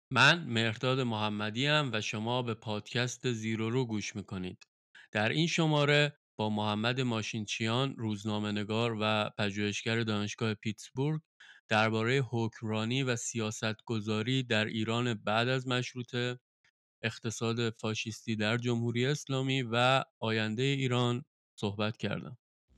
من مهرداد محمدی ام و شما به پادکست زیرو رو گوش میکنید. در این شماره با محمد ماشینچیان، روزنامه‌نگار و پژوهشگر دانشگاه پیتسبورگ درباره حکمرانی و سیاستگذاری در ایران بعد از مشروطه، اقتصاد فاشیستی در جمهوری اسلامی و آینده ایران صحبت کردم.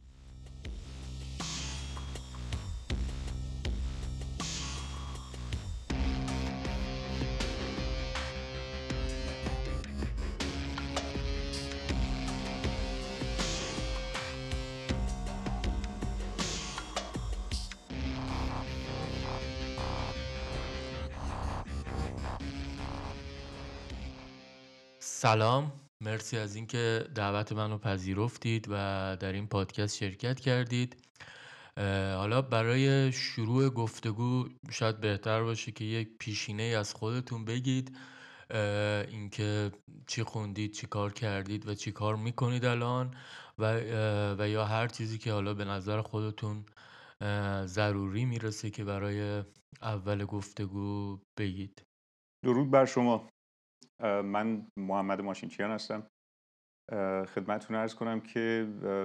سلام، مرسی از اینکه دعوت منو پذیرفتید و در این پادکست شرکت کردید. حالا برای شروع گفتگو شاید بهتر باشه که یک پیشینه از خودتون بگید، اینکه چی خوندید، چی کار کردید و چی کار میکنید الان و یا هر چیزی که حالا به نظر خودتون ضروری میرسه که برای اول گفتگو بگید. درود بر شما. من محمد ماشینچیان هستم. خدمتتون عرض کنم که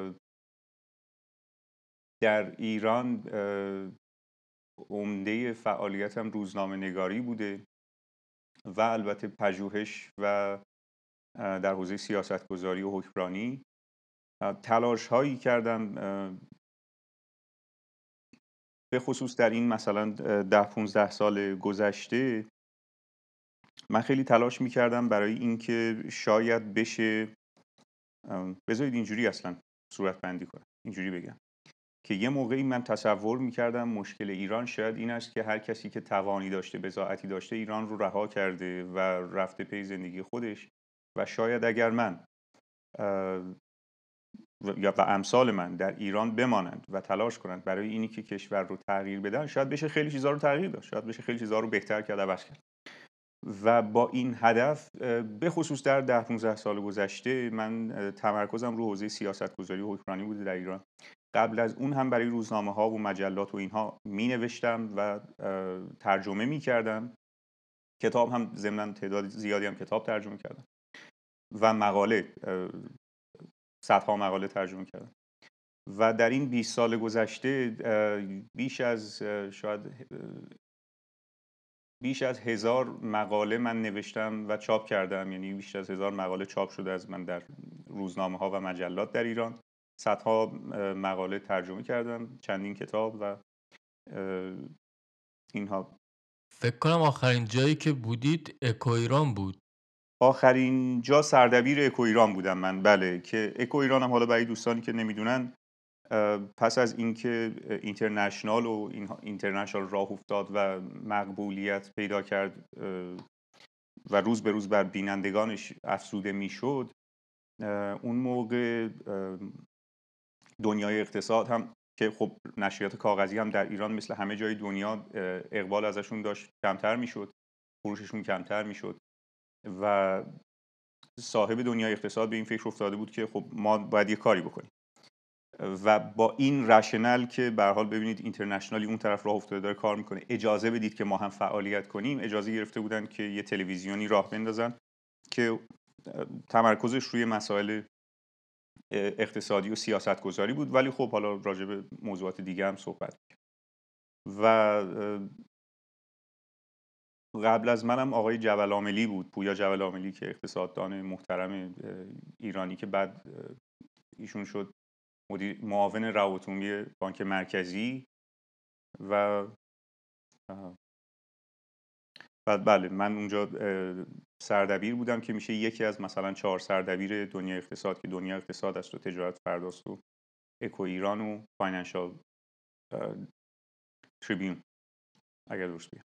در ایران عمده فعالیتم روزنامه نگاری بوده و البته پژوهش و در حوزه سیاستگذاری و حکمرانی تلاش هایی کردم، به خصوص در این مثلا 10-15 سال گذشته. من خیلی تلاش میکردم برای اینکه شاید بشه، بذارید اینجوری اصلا صورت بندی کنم، اینجوری بگم که یه موقعی من تصور میکردم مشکل ایران شاید این است که هر کسی که توانی داشته، بضاعتی داشته، ایران رو رها کرده و رفته پی زندگی خودش و شاید اگر من و امثال من در ایران بمانند و تلاش کنند برای اینی که کشور رو تغییر بدن، شاید بشه خیلی چیزا رو تغییر داد، شاید بشه خیلی چیزا رو بهتر کرد، عوض کرد. و با این هدف به خصوص در 10-15 سال گذشته من تمرکزم رو حوزه سیاستگذاری و حکمرانی بوده در ایران. قبل از اون هم برای روزنامه ها و مجلات و اینها می نوشتم و ترجمه می کردم. کتاب هم ضمن تعداد زیادی هم کتاب ترجمه کردم و مقاله، صدها مقاله ترجمه کردم. و در این 20 سال گذشته بیش از 1000 مقاله من نوشتم و چاپ کردم. یعنی بیش از 1000 مقاله چاپ شده از من در روزنامه ها و مجلات در ایران. صدها مقاله ترجمه کردم، چندین کتاب و اینها. فکر کنم آخرین جایی که بودید اکو ایران بود. آخرین جا سردبیر اکو ایران بودم من، بله. که اکو ایران هم، حالا برای دوستانی که نمیدونن، پس از اینکه اینترنشنال و اینترنشنال راه افتاد و مقبولیت پیدا کرد و روز به روز بر بینندگانش افزوده میشد، اون موقع دنیای اقتصاد هم که خب نشریات کاغذی هم در ایران مثل همه جای دنیا اقبال ازشون داشت کمتر میشد، فروششون کمتر میشد و صاحب دنیای اقتصاد به این فکر افتاده بود که خب ما باید یه کاری بکنیم. و با این رشنل که به هر حال ببینید اینترنشنالی اون طرف راه افتاده داره کار میکنه، اجازه بدید که ما هم فعالیت کنیم، اجازه گرفته بودن که یه تلویزیونی راه بندازن که تمرکزش روی مسائل اقتصادی و سیاستگذاری بود، ولی خب حالا راجع به موضوعات دیگه هم صحبت می‌کرد. و قبل از منم آقای جبل‌عاملی بود، پویا جبل‌عاملی، که اقتصاددان محترم ایرانی که بعد ایشون شد معاون روابط عمومی بانک مرکزی. و بعد بله، من اونجا سردبیر بودم که میشه یکی از مثلا 4 سردبیر دنیا اقتصاد، که دنیا اقتصاد است و تجارت فرداست و اکو ایران و فاینانشال تریبیون، اگر درست بگم.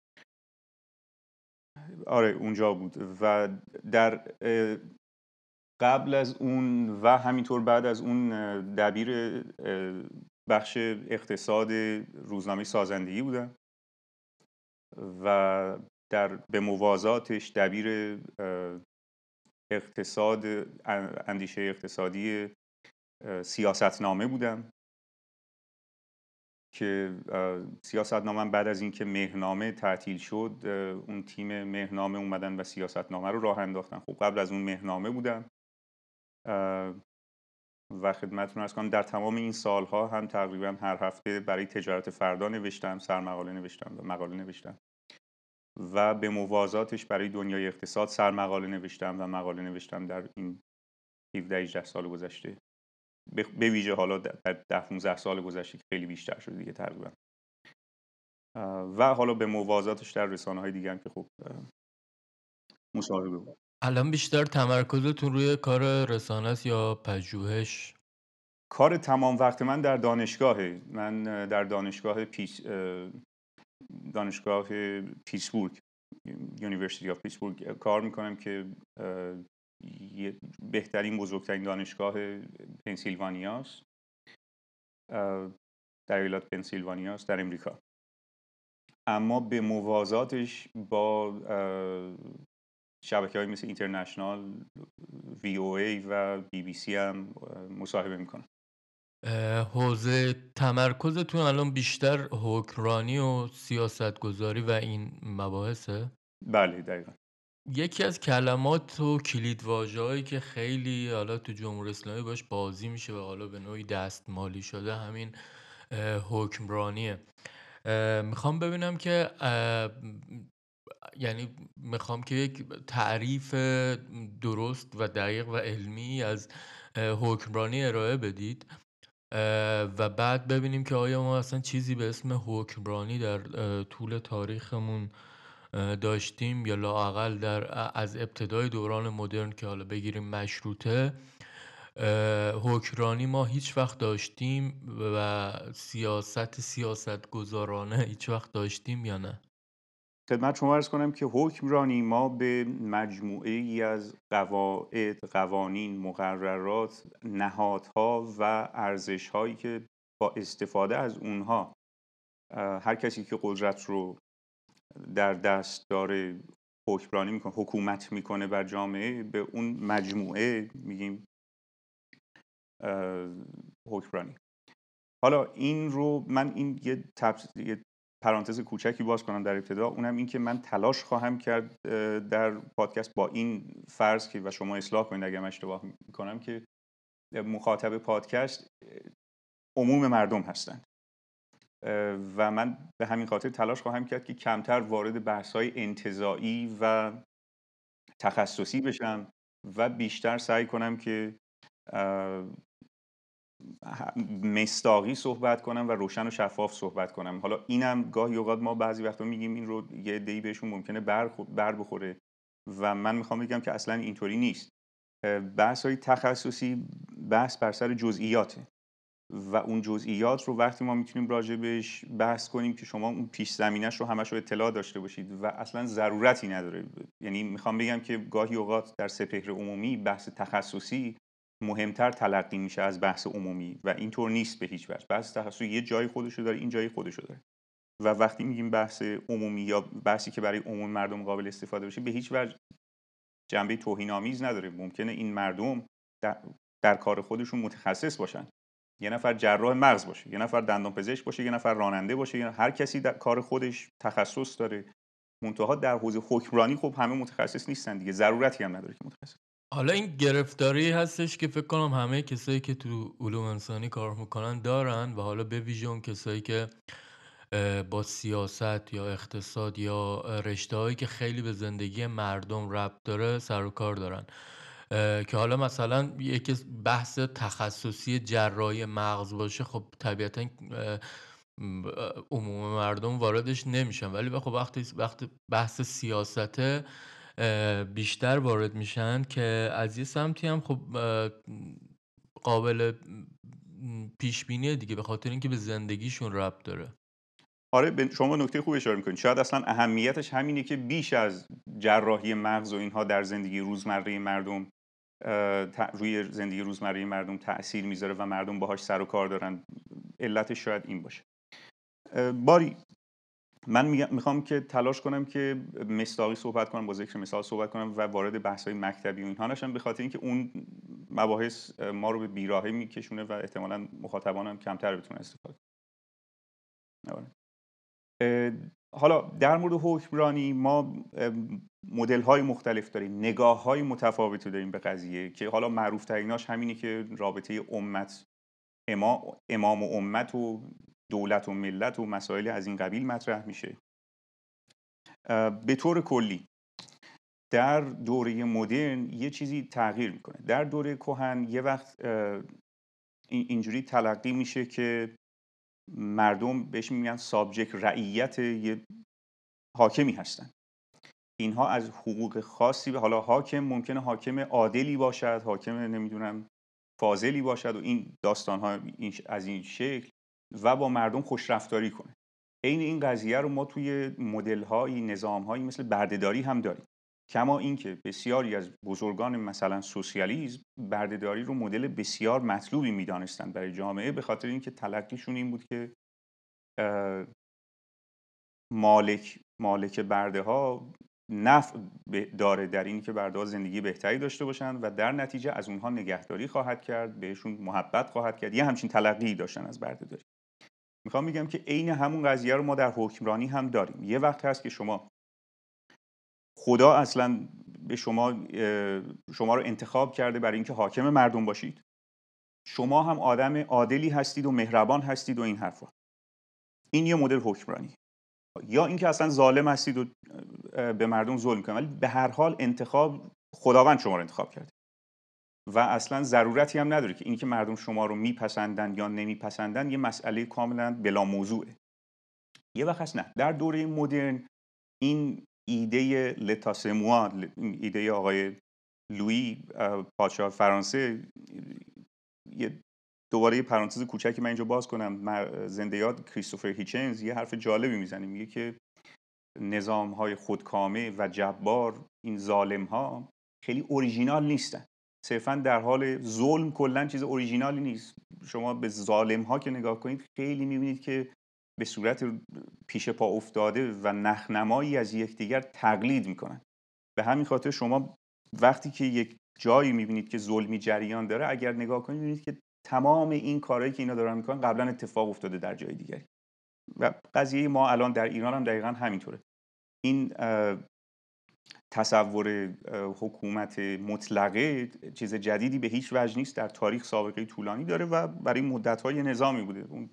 آره اونجا بود. و در قبل از اون و همینطور بعد از اون دبیر بخش اقتصاد روزنامه سازندگی بودم و به موازاتش دبیر اقتصاد، اندیشه اقتصادی سیاستنامه بودم. که سیاستنامه بعد از اینکه مهرنامه تعطیل شد اون تیم مهرنامه اومدن و سیاستنامه رو راه انداختن. خب قبل از اون مهرنامه بودم و خدمتتون عرض کنم در تمام این سالها هم تقریبا هر هفته برای تجارت فردا نوشتم، سرمقاله نوشتم و مقاله نوشتم و به موازاتش برای دنیای اقتصاد سرمقاله نوشتم و مقاله نوشتم در این 17-18 سال گذشته. به ویژه حالا در 10-15 سال گذشته که خیلی بیشتر شده دیگه تقریبا. و حالا به موازاتش در رسانه‌های دیگه هم که خب مصاحبه بود. الان بیشتر تمرکزتون روی کار رسانه است یا پژوهش؟ کار تمام وقت من در دانشگاهه. من در دانشگاه پیتسبورگ، یونیورسیتی آف پیتسبورگ کار میکنم که بهترین بزرگترین دانشگاه پنسیلوانیاست، در ایالت پنسیلوانیاست در امریکا. اما به موازاتش با شبکه‌های مثل اینترنشنال، VOA و BBC هم مصاحبه میکنم. حوزه تمرکزتون الان بیشتر حکمرانی و سیاستگذاری و این مباحثه؟ بله دقیقا. یکی از کلمات و کلیدواژه‌هایی که خیلی حالا تو جمهوری اسلامی باش بازی میشه و حالا به نوعی دستمالی شده همین حکمرانیه. میخوام ببینم که یعنی میخوام که یک تعریف درست و دقیق و علمی از حکمرانی ارائه بدید و بعد ببینیم که آیا ما اصلا چیزی به اسم حکمرانی در طول تاریخمون داشتیم یا لااقل از ابتدای دوران مدرن که حالا بگیریم مشروطه حکمرانی ما هیچ وقت داشتیم و سیاستگزارانه هیچ وقت داشتیم یا نه؟ خدمت شما عرض کنم که حکمرانی ما به مجموعه ای از قواعد، قوانین، مقررات، نهادها و ارزش‌هایی که با استفاده از اونها هر کسی که قدرت رو در دست داره حکمرانی میکنه، حکومت میکنه بر جامعه، به اون مجموعه میگیم حکمرانی. حالا این رو من یه پرانتز کوچکی باز کنم در ابتدا، اونم این که من تلاش خواهم کرد در پادکست با این فرض که و شما اصلاح کنید اگر من اشتباه میکنم که مخاطب پادکست عموم مردم هستند و من به همین خاطر تلاش خواهم کرد که کمتر وارد بحث‌های انتزاعی و تخصصی بشم و بیشتر سعی کنم که مصداقی صحبت کنم و روشن و شفاف صحبت کنم. حالا اینم گاهی اوقات ما بعضی وقتا میگیم این رو یه عده‌ای بهشون ممکنه بر بخوره و من میخوام بگم که اصلا اینطوری نیست. بحث‌های تخصصی بحث بر سر جزئیاته و اون جزئیات رو وقتی ما میتونیم راجبش بحث کنیم که شما اون پیش زمینش رو همش رو اطلاع داشته باشید و اصلا ضرورتی نداره. یعنی میخوام بگم که گاهی اوقات در سپهر عمومی بحث تخصصی مهمتر تلقی میشه از بحث عمومی و اینطور نیست به هیچ وجه. بحث تخصصی یه جای خودشو داره، این جای خودشو داره و وقتی میگیم بحث عمومی یا بحثی که برای عموم مردم قابل استفاده بشه به هیچ وجه جنبه توهین‌آمیز نداره. ممکنه این مردم در کار خودشون متخصص باشن، یه نفر جراح مغز باشه، یه نفر دندانپزشک باشه، یه نفر راننده باشه، هر کسی در کار خودش تخصص داره. منتها در حوزه حکمرانی خب همه متخصص نیستن دیگه، ضرورتی هم نداره که متخصص. حالا این گرفتاری هستش که فکر کنم همه کسایی که تو علوم انسانی کار میکنن دارن و حالا به ویژه اون کسایی که با سیاست یا اقتصاد یا رشته‌هایی که خیلی به زندگی مردم ربط داره سر و کار دارن که حالا مثلا یکی بحث تخصصی جراحی مغز باشه خب طبیعتا عموم مردم واردش نمیشن ولی خب وقتی بحث سیاسته بیشتر وارد میشن که از یه سمتی هم خب قابل پیش بینیه دیگه به خاطر اینکه به زندگیشون ربط داره. آره شما نکته خوب اشاره میکنید. شاید اصلا اهمیتش همینه که بیش از جراحی مغز و اینها در زندگی روزمره مردم روی زندگی روزمره مردم تأثیر میذاره و مردم باهاش سر و کار دارن. علتش شاید این باشه. باری من میخوام که تلاش کنم که مصداقی صحبت کنم، با ذکر مثال صحبت کنم و وارد بحث‌های مکتبی و اینها نشم، به خاطر اینکه اون مباحث ما رو به بیراهه میکشونه و احتمالاً مخاطبانم کمتر بتونن استفاده. حالا در مورد حکمرانی ما مدل‌های مختلف داریم، نگاه‌های متفاوتی داریم به قضیه که حالا معروف تریناش همینه که رابطه امام و امت و دولت و ملت و مسائل از این قبیل مطرح میشه. به طور کلی در دوره مدرن یه چیزی تغییر میکنه. در دوره کهن یه وقت اینجوری تلقی میشه که مردم بهش میگن سابجکت، رعیت یه حاکمی هستن. اینها از حقوق خاصی به حالا حاکم ممکنه حاکم عادلی باشد، حاکم نمیدونم فاضلی باشد و این داستان‌ها از این شکل و با مردم خوش رفتاری کنه. این قضیه رو ما توی مدل‌های نظام‌هایی مثل بردهداری هم داریم. کما اینکه بسیاری از بزرگان مثلا سوسیالیسم بردهداری رو مدل بسیار مطلوبی می‌دانستند برای جامعه، به خاطر اینکه تلقیشون این بود که مالک برده‌ها نفع داره در این که برده‌ها زندگی بهتری داشته باشن و در نتیجه از اونها نگهداری خواهد کرد، بهشون محبت خواهد کرد. یه همچین تلقی داشتن از بردهداری. میخوام بگم که عین همون قضیه رو ما در حکمرانی هم داریم. یه وقت هست که خدا اصلا به شما رو انتخاب کرده برای اینکه حاکم مردم باشید. شما هم آدم عادلی هستید و مهربان هستید و این حرفا. این یه مدل حکمرانی. یا اینکه اصلا ظالم هستید و به مردم ظلم کنید، ولی به هر حال انتخاب خداوند شما رو انتخاب کرده و اصلا ضرورتی هم نداره که اینکه مردم شما رو میپسندن یا نمیپسندن یه مسئله کاملا بلا موضوعه. یه وقت هست نه، در دوره مدرن این ایده لتاسموا، ایده آقای لویی پادشاه فرانسه، دوباره یه پرانتز کوچکی من اینجا باز کنم، زنده یاد کریستوفر هیچنز یه حرف جالبی میزنه، میگه که نظام‌های خودکامه و جبار، این ظالم‌ها خیلی اوریژینال نیستن، صرفاً در حال ظلم کلاً چیز اوریژینالی نیست. شما به ظالم‌ها که نگاه کنید خیلی می‌بینید که به صورت پیش پا افتاده و نخنمایی از یکدیگر تقلید می‌کنن. به همین خاطر شما وقتی که یک جایی می‌بینید که ظلمی جریان داره، اگر نگاه کنید می‌بینید که تمام این کارهایی که اینا دارن می‌کنن قبلا اتفاق افتاده در جای دیگری. و قضیه ما الان در ایران هم دقیقاً همینطوره. این تصور حکومت مطلقه چیز جدیدی به هیچ وجه نیست، در تاریخ سابقه طولانی داره و برای مدت‌های نظامی بوده. اون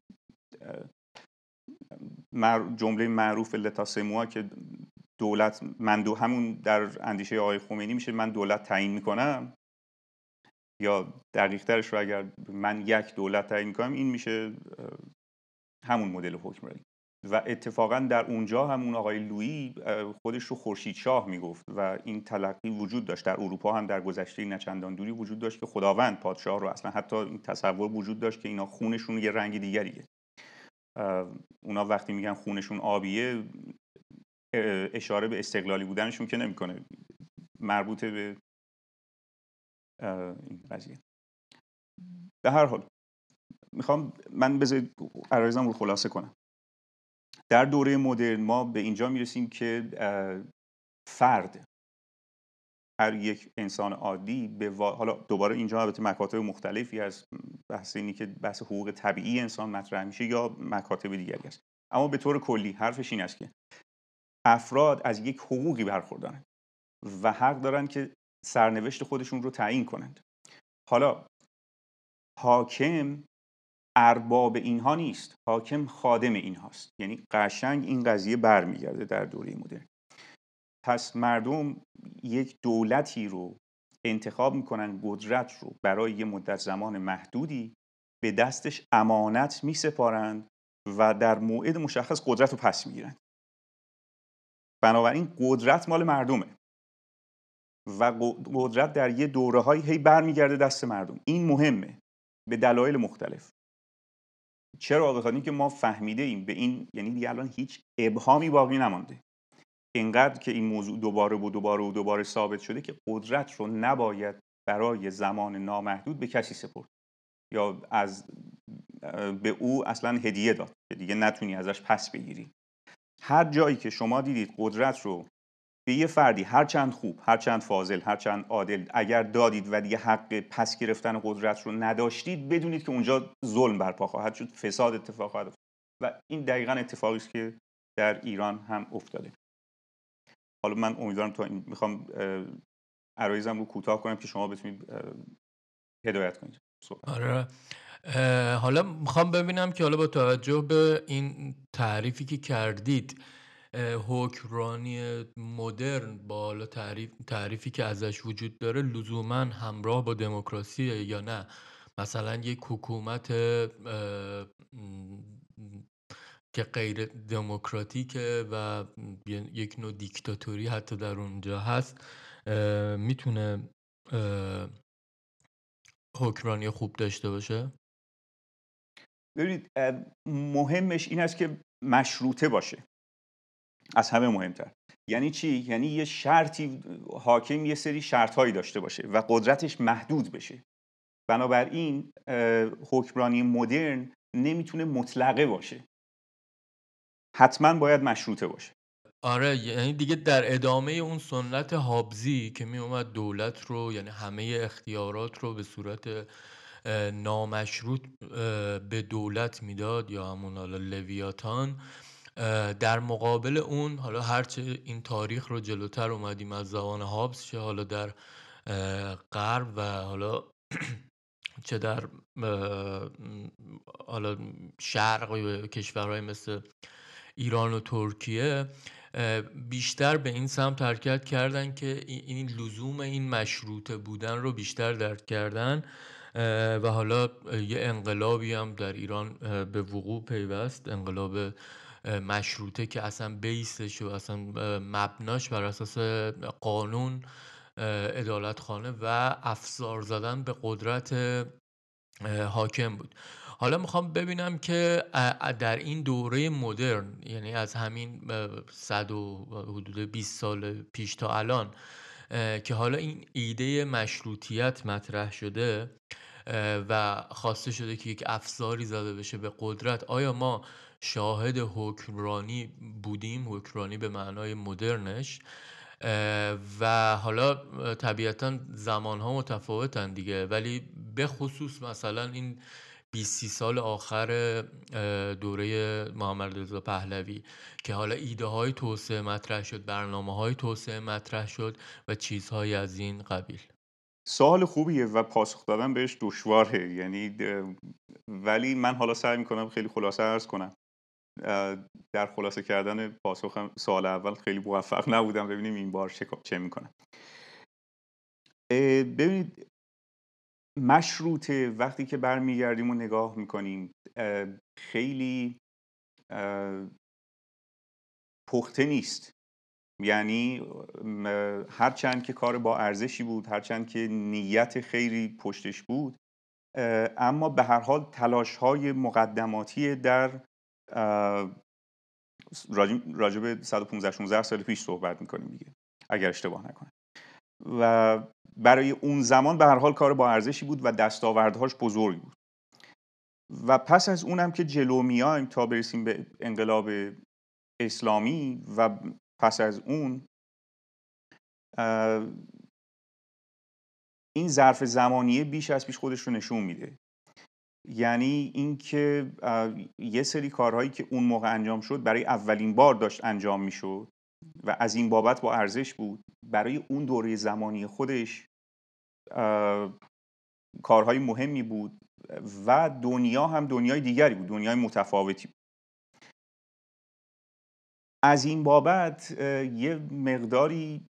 جمله معروف لتاسموا که دولت همون در اندیشه آقای خمینی میشه من دولت تعیین میکنم، یا دقیق ترش رو اگر من یک دولت تعیین میکنم، این میشه همون مدل حکمرانی. و اتفاقا در اونجا همون آقای لویی خودش رو خورشید شاه میگفت و این تلقی وجود داشت. در اروپا هم در گذشته نچندان دوری وجود داشت که خداوند پادشاه رو، اصلا حتی این تصور وجود داشت که اینا خونشون یه رنگ دیگریه. اونا وقتی میگن خونشون آبیه اشاره به استقلالی بودنشون که نمیکنه، مربوط به این قضیه. به هر حال میخوام من بذارید عرایزم رو خلاصه کنم. در دوره مدرن ما به اینجا میرسیم که فرد، هر یک انسان عادی حالا دوباره اینجا البته مکاتب مختلفی از بحث اینی که بحث حقوق طبیعی انسان مطرح میشه یا مکاتب دیگری است، اما به طور کلی حرفش این است که افراد از یک حقوقی برخوردارند و حق دارن که سرنوشت خودشون رو تعیین کنند. حالا حاکم ارباب اینها نیست، حاکم خادم اینهاست. یعنی قشنگ این قضیه برمیگرده در دوره مدرن. پس مردم یک دولتی رو انتخاب میکنن، قدرت رو برای یه مدت زمان محدودی به دستش امانت میسپارند و در موعد مشخص قدرت رو پس میگیرند. بنابراین قدرت مال مردمه و قدرت در یه دوره‌هایی هی برمیگرده دست مردم. این مهمه به دلایل مختلف. چرا؟ بخاطر اینکه ما فهمیده ایم به این، یعنی دیگه الان هیچ ابهامی باقی نمانده. اینقدر که این موضوع دوباره ثابت شده که قدرت رو نباید برای زمان نامحدود به کسی سپرد یا به او اصلا هدیه داد که دیگه نتونی ازش پس بگیری. هر جایی که شما دیدید قدرت رو به یه فردی هرچند خوب، هرچند فاضل، هرچند عادل اگر دادید و دیگه حق پس گرفتن قدرت رو نداشتید، بدونید که اونجا ظلم برپا خواهد شد، فساد اتفاق خواهد افتاد. و این دقیقاً اتفاقی است که در ایران هم افتاده. حالا من امیدوارم تا این میخوام عرایزم رو کوتاه کنم که شما بتونید هدایت کنید صحبت. آره. حالا میخوام ببینم که حالا با توجه به این تعریفی که کردید، حکمرانی مدرن با حالا تعریفی که ازش وجود داره لزوما همراه با دموکراسیه یا نه؟ مثلا یک حکومت که غیر دموکراتیکه و یک نوع دیکتاتوری حتی در اونجا هست، میتونه حکمرانی خوب داشته باشه؟ ببینید مهمش این است که مشروطه باشه، از همه مهمتر. یعنی چی؟ یعنی یه شرطی، حاکم یه سری شرطهایی داشته باشه و قدرتش محدود بشه. بنابراین حکمرانی مدرن نمیتونه مطلقه باشه، حتما باید مشروطه باشه. آره، یعنی دیگه در ادامه اون سنت هابزی که می اومد دولت رو، یعنی همه اختیارات رو به صورت نامشروط به دولت میداد، یا همون حالا لویاتان. در مقابل اون، حالا هرچه این تاریخ رو جلوتر اومدیم از زمان هابز، چه حالا در غرب و حالا چه در حالا شرق و کشورهای مثل ایران و ترکیه، بیشتر به این سمت حرکت کردن که این لزوم این مشروطه بودن رو بیشتر درک کردن و حالا یه انقلابی هم در ایران به وقوع پیوست، انقلاب مشروطه که اصلا بیسش و اصلا مبناش بر اساس قانون، عدالتخانه و افزار زدن به قدرت حاکم بود. حالا میخوام ببینم که در این دوره مدرن، یعنی از همین 100 و حدود 20 سال پیش تا الان، که حالا این ایده مشروطیت مطرح شده و خواسته شده که یک افزاری زده بشه به قدرت، آیا ما شاهد حکمرانی بودیم، حکمرانی به معنای مدرنش؟ و حالا طبیعتا زمانها متفاوتن دیگه، ولی به خصوص مثلا این 20 سال آخر دوره محمد رضا پهلوی که حالا ایده های توسعه مطرح شد، برنامه های توسعه مطرح شد و چیزهای از این قبیل. سوال خوبیه و پاسخ دادن بهش دشواره، یعنی ولی من حالا سعی میکنم خیلی خلاصه عرض کنم. در خلاصه کردن پاسخم سوال اول خیلی موفق نبودم، ببینیم این بار چه میکنم. ببینید، مشروطه وقتی که برمیگردیم و نگاه میکنیم خیلی پخته نیست. یعنی هرچند که کار با ارزشی بود، هرچند که نیت خیری پشتش بود، اما به هر حال تلاش‌های مقدماتی در راجع به 115-16 سال پیش صحبت میکنیم دیگه، اگر اشتباه نکنم، و برای اون زمان به هر حال کار با ارزشی بود و دستاوردهاش بزرگ بود. و پس از اونم که جلو میایم تا برسیم به انقلاب اسلامی و پس از اون، این ظرف زمانیه بیش از پیش خودش رو نشون میده. یعنی اینکه یه سری کارهایی که اون موقع انجام شد برای اولین بار داشت انجام میشد و از این بابت با ارزش بود، برای اون دوره زمانی خودش کارهای مهمی بود و دنیا هم دنیای دیگری بود، دنیای متفاوتی بود. از این بابت یه مقداری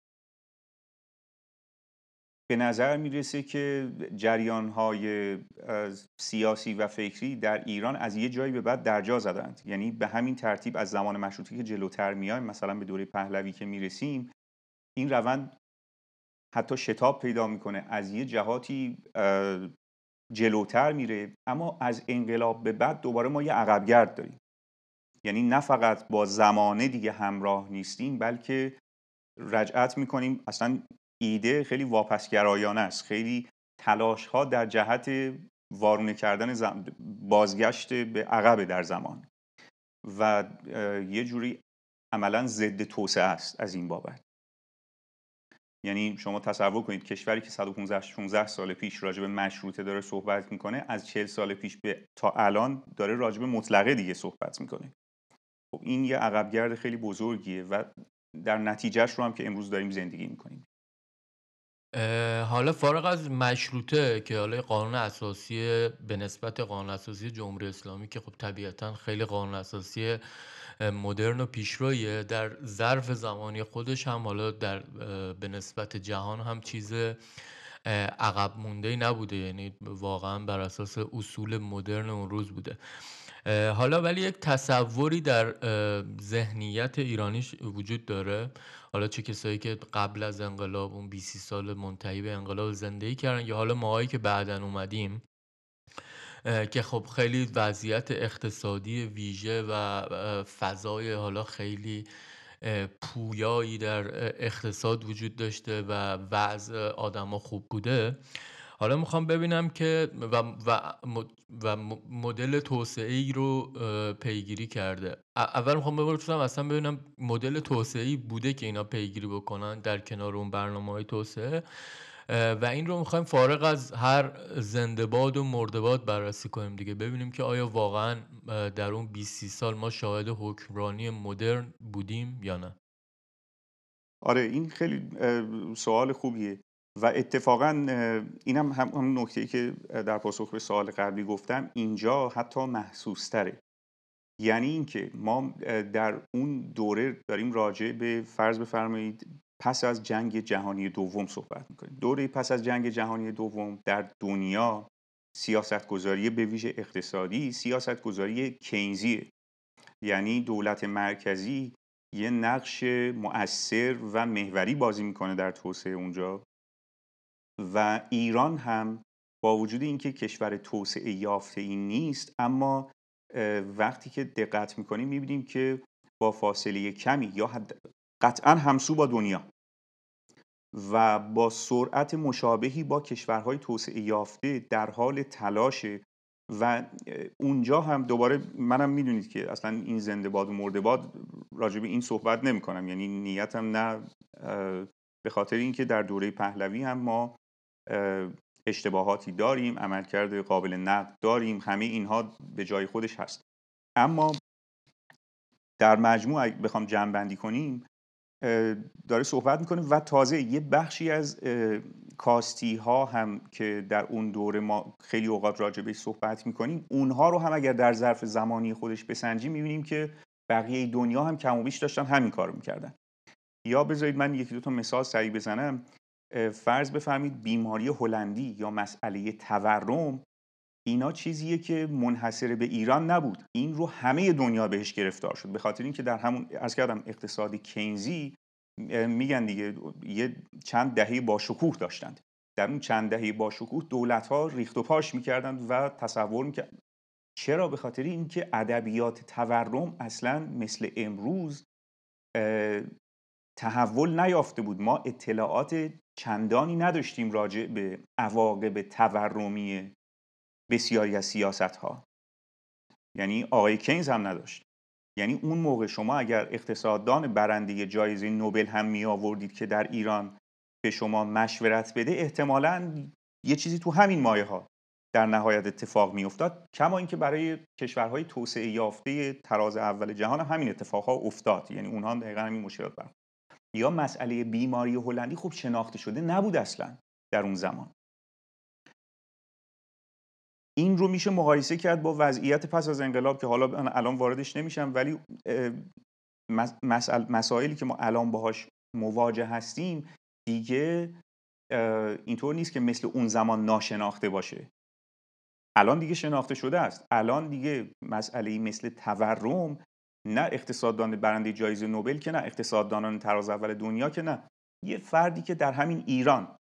به نظر میرسه که جریان‌های سیاسی و فکری در ایران از یه جایی به بعد درجا زدند. یعنی به همین ترتیب از زمان مشروطه که جلوتر میایم، مثلا به دوره پهلوی که میرسیم، این روند حتی شتاب پیدا میکنه، از یه جهاتی جلوتر میره، اما از انقلاب به بعد دوباره ما یه عقبگرد داریم. یعنی نه فقط با زمانه دیگه همراه نیستیم، بلکه رجعت میکنیم. اصلا ایده خیلی واپسگرایانه است، خیلی تلاش ها در جهت وارونه کردن بازگشت به عقب در زمان و یه جوری عملا ضد توسعه است از این بابت. یعنی شما تصور کنید کشوری که 115-16 سال پیش راجع به مشروطه داره صحبت میکنه، از 40 سال پیش به تا الان داره راجع به مطلقه دیگه صحبت میکنه. خب این یه عقبگرد خیلی بزرگیه و در نتیجهش رو هم که امروز داریم زندگی میکنیم. حالا فارغ از مشروطه که حالا قانون اساسی به نسبت قانون اساسی جمهوری اسلامی که خب طبیعتا خیلی قانون اساسی مدرن و پیشرویه، در ظرف زمانی خودش هم حالا به نسبت جهان هم چیز عقب مونده نبوده، یعنی واقعا بر اساس اصول مدرن اون روز بوده. حالا ولی یک تصوری در ذهنیت ایرانیش وجود داره، حالا چه کسایی که قبل از انقلاب اون 20 سال منتهی به انقلاب زندگی کردن یا حالا ماهایی که بعدن اومدیم، که خب خیلی وضعیت اقتصادی ویژه و فضای حالا خیلی پویایی در اقتصاد وجود داشته و وضع آدما خوب بوده. حالا میخوام ببینم که و مدل توسعه‌ای رو پیگیری کرده. اول میخوام بپرسم اصلا ببینم مدل توسعه‌ای بوده که اینا پیگیری بکنن در کنار اون برنامه‌های توسعه، و این رو میخوایم فارغ از هر زنده‌باد و مرده‌باد بررسی کنیم دیگه، ببینیم که آیا واقعا در اون 20 سال ما شاهد حکمرانی مدرن بودیم یا نه. آره این خیلی سوال خوبیه و اتفاقا اینم هم نکته‌ای که در پاسخ به سوال قبلی گفتم، اینجا حتی محسوس تره. یعنی اینکه ما در اون دوره داریم راجع به فرض بفرمایید پس از جنگ جهانی دوم صحبت میکنیم. دوره پس از جنگ جهانی دوم در دنیا سیاستگذاری به ویژه اقتصادی سیاستگذاری کینزیه، یعنی دولت مرکزی یه نقش مؤثر و محوری بازی میکنه در توسعه اونجا و ایران هم با وجود اینکه کشور توسعه یافته ای نیست، اما وقتی که دقت میکنیم میبینیم که با فاصله کمی یا قطعا همسو با دنیا و با سرعت مشابهی با کشورهای توسعه یافته در حال تلاشه و اونجا هم دوباره منم میدونید که اصلا این زنده باد و مرده باد راجع به این صحبت نمی کنم، یعنی نیتم نه، به خاطر اینکه در دوره پهلوی هم ما اشتباهاتی داریم، عملکرد قابل نقد داریم، همه اینها به جای خودش هست، اما در مجموع بخوام جمع بندی کنیم داره صحبت میکنه و تازه یه بخشی از کاستی ها هم که در اون دوره ما خیلی اوقات راجع بهش صحبت میکنیم، اونها رو هم اگر در ظرف زمانی خودش بسنجیم میبینیم که بقیه دنیا هم کم و بیش داشتن همین کارو میکردن. یا بذارید من یکی دو تا مثال سریع بزنم. فرض بفرمایید بیماری هلندی یا مسئله تورم، اینا چیزیه که منحصر به ایران نبود، این رو همه دنیا بهش گرفتار شد، به خاطر اینکه در همون عرض کردم اقتصاد کینزی میگن دیگه یه چند دهه با شکوه داشتند، در اون چند دهه با شکوه دولت‌ها ریخت و پاش میکردند و تصور میکردند. چرا؟ به خاطر اینکه ادبیات تورم اصلا مثل امروز تحول نیافته بود، ما اطلاعات چندانی نداشتیم راجع به عواقب تورمی بسیاری از سیاست‌ها، یعنی آقای کینز هم نداشت. یعنی اون موقع شما اگر اقتصاددان برنده جایزه نوبل هم می آوردید که در ایران به شما مشورت بده، احتمالاً یه چیزی تو همین مایه ها در نهایت اتفاق می افتاد، کما اینکه برای کشورهای توسعه یافته تراز اول جهان هم همین اتفاقها افتاد، یعنی اونها هم دقیقاً همین مشکلات برخورد. یا مسئله بیماری هلندی خوب شناخته شده نبود اصلا در اون زمان. این رو میشه مقایسه کرد با وضعیت پس از انقلاب که حالا من الان واردش نمیشم، ولی مسائلی که ما الان باهاش مواجه هستیم دیگه اینطور نیست که مثل اون زمان ناشناخته باشه، الان دیگه شناخته شده است. الان دیگه مسئله‌ای مثل تورم، نه اقتصاددان برنده جایزه نوبل که نه اقتصاددانان تراز اول دنیا که نه، یه فردی که در همین ایران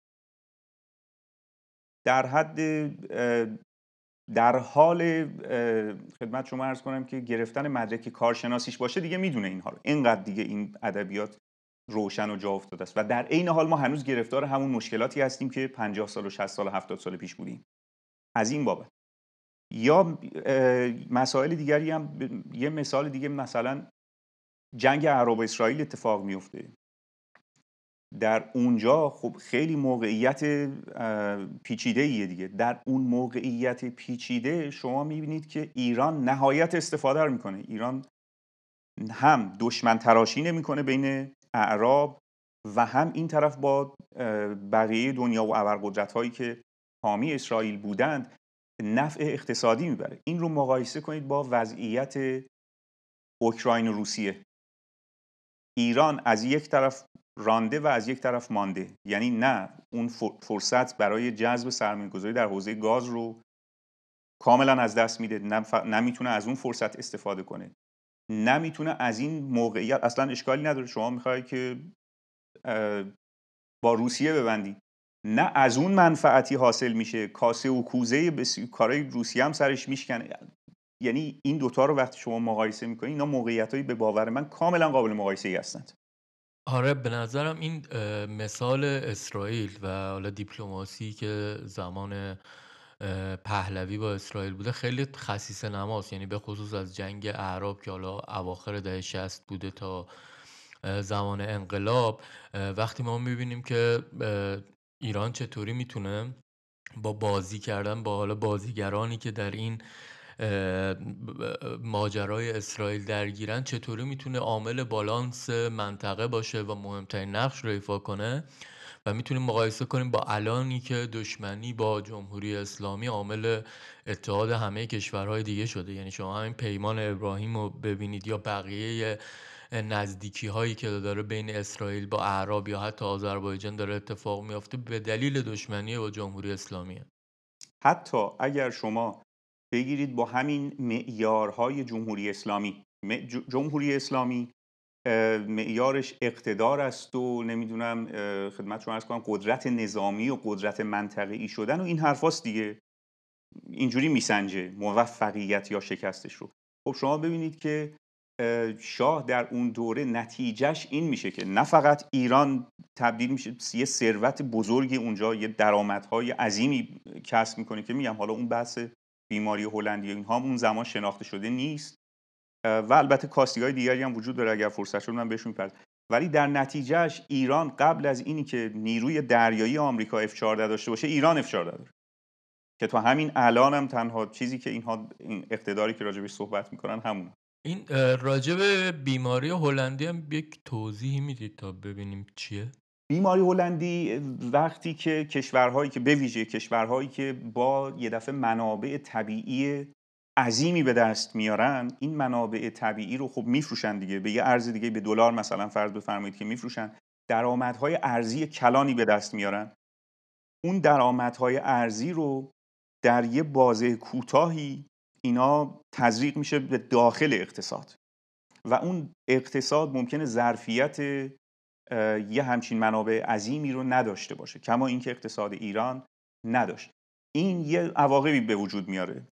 در حد در حال خدمت شما عرض کنم که گرفتن مدرک کارشناسیش باشه دیگه میدونه اینها رو، اینقدر دیگه این ادبیات روشن و جا افتاده است و در عین حال ما هنوز گرفتار همون مشکلاتی هستیم که 50 سال و 60 سال و 70 سال پیش بودیم از این بابت. یا مسائل دیگری هم، یه مثال دیگه مثلا جنگ عرب و اسرائیل اتفاق میفته. در اونجا خب خیلی موقعیت پیچیده ایه دیگه. در اون موقعیت پیچیده شما میبینید که ایران نهایت استفاده رو میکنه. ایران هم دشمن تراشی نمیکنه بین اعراب و هم این طرف با بقیه دنیا و ابرقدرت هایی که حامی اسرائیل بودند نفع اقتصادی میبره. این رو مقایسه کنید با وضعیت اوکراین و روسیه. ایران از یک طرف رانده و از یک طرف مانده، یعنی نه اون فرصت برای جذب سرمایه‌گذاری در حوزه گاز رو کاملا از دست میده، نمیتونه از اون فرصت استفاده کنه، نمیتونه از این موقعیت، اصلا اشکالی نداره شما میخوای که با روسیه ببندی، نه از اون منفعتی حاصل میشه، کاسه و کوزه کارای روسیه هم سرش میشکنه. یعنی این دوتا رو وقتی شما مقایسه میکنید اینا موقعیتایی به باور من کاملا قابل مقایسه ای هستند. آره، به نظرم این مثال اسرائیل و حالا دیپلماسی که زمان پهلوی با اسرائیل بوده خیلی خسیس نماست، یعنی به خصوص از جنگ اعراب که حالا اواخر دهه 60 بوده تا زمان انقلاب. وقتی ما میبینیم که ایران چطوری میتونه با بازی کردن با حالا بازیگرانی که در این ماجرای اسرائیل درگیرن چطوری میتونه عامل بالانس منطقه باشه و مهمترین نقش رو ایفا کنه، و میتونیم مقایسه کنیم با الانی که دشمنی با جمهوری اسلامی عامل اتحاد همه کشورهای دیگه شده. یعنی شما همین پیمان ابراهیم رو ببینید یا بقیه نزدیکی هایی که داره بین اسرائیل با اعراب یا حتی آذربایجان داره اتفاق میافته به دلیل دشمنی با جمهوری اسلامیه. حتی اگر شما بگیرید با همین معیارهای جمهوری اسلامی، جمهوری اسلامی معیارش اقتدار است و نمیدونم خدمت شما عرض کنم قدرت نظامی و قدرت منطقه‌ای شدن و این حرفاست دیگه، اینجوری میسنجه موفقیت یا شکستش رو. خب شما ببینید که شاه در اون دوره نتیجهش این میشه که نه فقط ایران تبدیل میشه یه ثروت بزرگی اونجا، یه درآمدهای عظیمی کسب میکنه که میگم حالا اون بحث بیماری هلندی اینها اون زمان شناخته شده نیست و البته کاستی‌های دیگری هم وجود داره، اگر فرصت شد من بهشون می‌پردازم. ولی در نتیجهش ایران قبل از اینی که نیروی دریایی آمریکا F-14 داشته باشه ایران F-14 داره که تا همین الان هم تنها چیزی که این اقتداری که راجبش صحبت میکنن همون. این راجع به بیماری هلندی هم یک توضیحی میدید تا ببینیم چیه؟ بیماری هلندی وقتی که کشورهایی که به ویژه کشورهایی که با یه دفعه منابع طبیعی عظیمی به دست میارن، این منابع طبیعی رو خب میفروشن دیگه، به یه ارز دیگه، به دلار مثلا فرض بفرمایید که میفروشن، درآمدهای ارزی کلانی به دست میارن. اون درآمدهای ارزی رو در یه بازه کوتاهی اینا تزریق میشه به داخل اقتصاد و اون اقتصاد ممکنه ظرفیت یه همچین منابع عظیمی رو نداشته باشه، کما اینکه اقتصاد ایران نداشت. این یه عواقبی به وجود میاره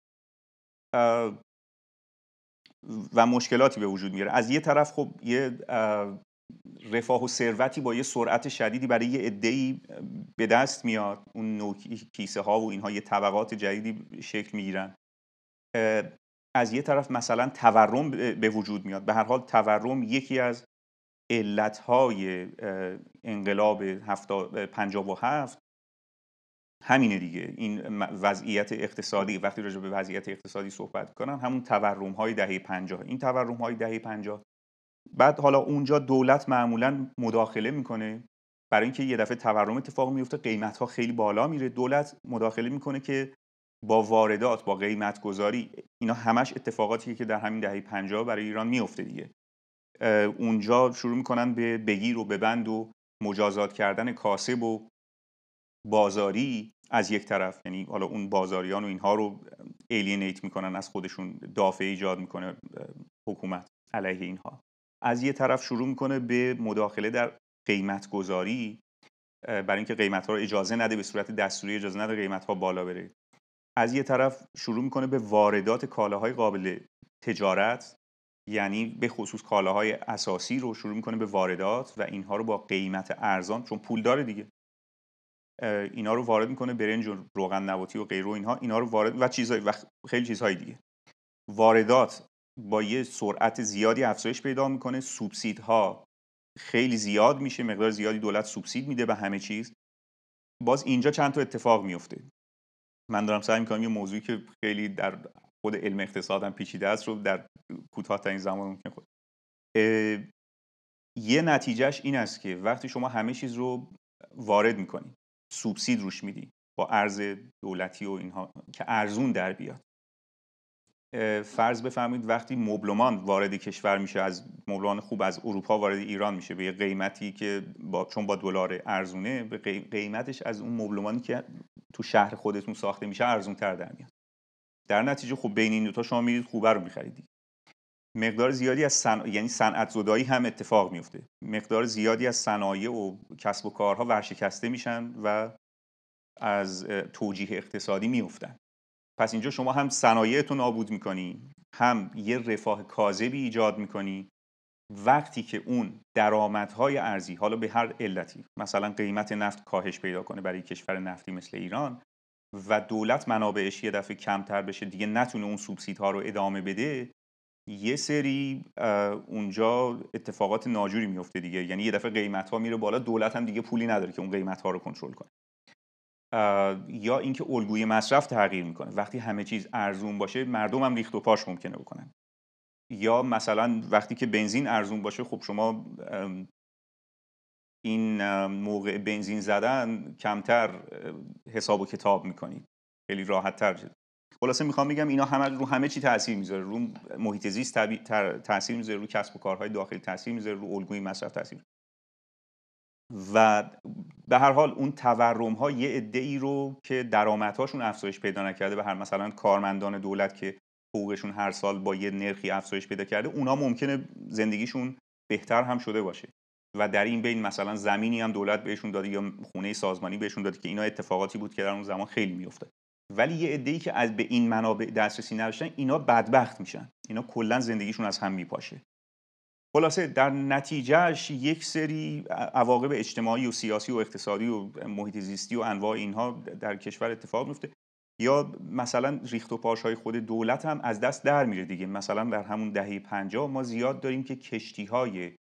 و مشکلاتی به وجود میاره. از یه طرف خب یه رفاه و ثروتی با یه سرعت شدیدی برای یه عده‌ای به دست میاد، اون نوع کیسه ها و اینها یه طبقات جدیدی شکل میگیرن. از یه طرف مثلا تورم به وجود میاد. به هر حال تورم یکی از علتهای انقلاب 57 همینه دیگه، این وضعیت اقتصادی. وقتی راجع به وضعیت اقتصادی صحبت کنن همون تورم های دهه 50، این تورم های دهه 50 بعد حالا اونجا دولت معمولا مداخله میکنه برای اینکه یه دفعه تورم اتفاق میفته، قیمت ها خیلی بالا میره، دولت مداخله میکنه که با واردات، با قیمت گذاری، اینا همش اتفاقاتیه که در همین دهه 50 برای ایران میفته دیگه. اونجا شروع میکنن به بگیر و ببند و مجازات کردن کاسب و بازاری از یک طرف، یعنی حالا اون بازاریان و اینها رو الینیت میکنن از خودشون، دافع ایجاد میکنه حکومت علیه اینها. از یه طرف شروع میکنه به مداخله در قیمت گذاری برای اینکه قیمت ها رو اجازه نده، به صورت دستوری اجازه نده قیمت ها بالا بره. از یه طرف شروع میکنه به واردات کالاهای قابل تجارت، یعنی به خصوص کالاهای اساسی رو شروع میکنه به واردات و اینها رو با قیمت ارزان، چون پول داره دیگه، اینا رو وارد میکنه، برنج و روغن نباتی و غیره، اینا رو وارد و چیزای و خیلی چیزهای دیگه. واردات با یه سرعت زیادی افزایش پیدا میکنه، سوبسیدها خیلی زیاد میشه، مقدار زیادی دولت سوبسید میده به همه چیز. باز اینجا چند تا اتفاق میفته. من دارم سعی میکنم یه موضوعی که خیلی در خود علم اقتصادم پیچیده است رو در کوتاه‌ترین زمان ممکن خود یه نتیجهش این است که وقتی شما همه چیز رو وارد میکنی، سوبسید روش میدی با ارز دولتی و اینها که ارزون در بیاد، فرض بفرمایید وقتی مبلمان وارد کشور میشه، از مبلمان خوب از اروپا وارد ایران میشه به یه قیمتی که چون با دلار ارزونه، به قیمتش از اون مبلمانی که تو شهر خودتون ساخته میشه ارزون تر در میاد. در نتیجه خب بین این دو تا شما میرید خوبه رو میخرید. مقدار زیادی از یعنی صنعت زدایی هم اتفاق میفته. مقدار زیادی از صنایع و کسب و کارها ورشکسته میشن و از توجیه اقتصادی میفتن. پس اینجا شما هم صنایعتون نابود میکنی، هم یه رفاه کاذبی ایجاد میکنی. وقتی که اون درآمدهای ارزی، حالا به هر علتی، مثلا قیمت نفت کاهش پیدا کنه برای کشور نفتی مثل ایران و دولت منابعش یه دفعه کمتر بشه، دیگه نتونه اون سوبسیدها رو ادامه بده، یه سری اونجا اتفاقات ناجوری میفته دیگه. یعنی یه دفعه قیمت‌ها میره بالا، دولت هم دیگه پولی نداره که اون قیمت‌ها رو کنترل کنه. یا اینکه الگوی مصرف تغییر میکنه. وقتی همه چیز ارزون باشه، مردم هم ریخت و پاش ممکنه بکنن. یا مثلا وقتی که بنزین ارزون باشه، خب شما این موقع بنزین زدن کمتر حساب و کتاب میکنید، خیلی راحت تر. خلاصه میخوام بگم اینا همه رو همه چی تاثیر میذاره، رو محیط زیست تاثیر میذاره، رو کسب و کارهای داخلی تاثیر میذاره، رو الگوی مصرف تاثیر. و به هر حال اون تورم ها یه عده‌ای رو که درآمدهاشون افزایش پیدا نکرده، به هر مثلا کارمندان دولت که حقوقشون هر سال با یه نرخی افزایش پیدا کرده، اونا ممکنه زندگیشون بهتر هم شده باشه و در این بین مثلا زمینی هم دولت بهشون داده یا خونه سازمانی بهشون داده که اینا اتفاقاتی بود که در اون زمان خیلی میافتاد. ولی یه عده‌ای که از به این منابع دسترسی نداشتن، اینا بدبخت میشن، اینا کلا زندگیشون از هم میپاشه. خلاصه در نتیجهش یک سری عواقب اجتماعی و سیاسی و اقتصادی و محیط زیستی و انواع اینها در کشور اتفاق میفته. یا مثلا ریخت و پاشهای خود دولت هم از دست در میره دیگه. مثلا در همون دهه 50 ما زیاد داریم که کشتی‌های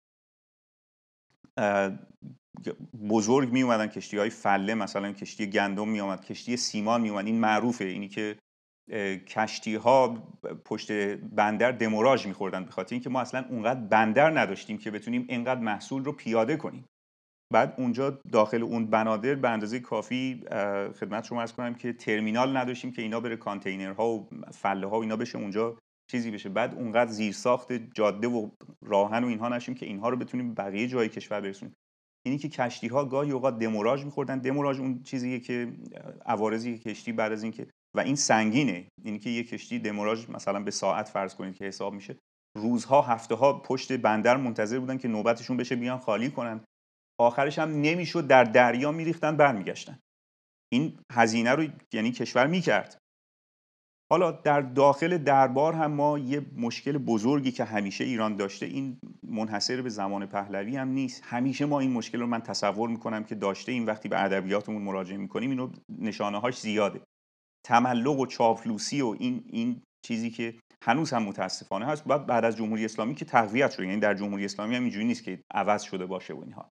بزرگ می اومدن، کشتی‌های فله، مثلا کشتی گندم می اومد، کشتی سیمان می اومد. این معروفه، اینی که کشتی‌ها پشت بندر دموراژ می‌خوردن به خاطر اینکه ما اصلا اونقدر بندر نداشتیم که بتونیم اینقدر محصول رو پیاده کنیم. بعد اونجا داخل اون بنادر به اندازه کافی خدمت شما عرض کنم که ترمینال نداشتیم که اینا بره کانتینرها و فله‌ها و اینا بشه اونجا چیزی بشه. بعد اونقدر زیرساخت جاده و راهن و اینها نشیم که اینها رو بتونیم بقیه جای کشور برسونیم. اینی که کشتی‌ها گاهی اوقات دموراژ می‌خوردن. دموراژ اون چیزیه که عوارضی کشتی بعد از اینکه، و این سنگینه، اینی که یک کشتی دموراژ مثلا به ساعت فرض کنید که حساب میشه، روزها هفته‌ها پشت بندر منتظر بودن که نوبتشون بشه بیان خالی کنن. آخرش هم نمیشد، در دریا میریختن برمیگشتن. این هزینه رو یعنی کشور میکرد. حالا در داخل دربار هم ما یه مشکل بزرگی که همیشه ایران داشته، این منحصر به زمان پهلوی هم نیست، همیشه ما این مشکل رو من تصور میکنم که داشته. این وقتی به ادبیاتمون مراجعه میکنیم اینو نشانه هاش زیاده. تملق و چاپلوسی و این چیزی که هنوز هم متاسفانه هست. بعد از جمهوری اسلامی که تقویت شد، یعنی در جمهوری اسلامی هم اینجوری نیست که عوض شده باشه و اینها.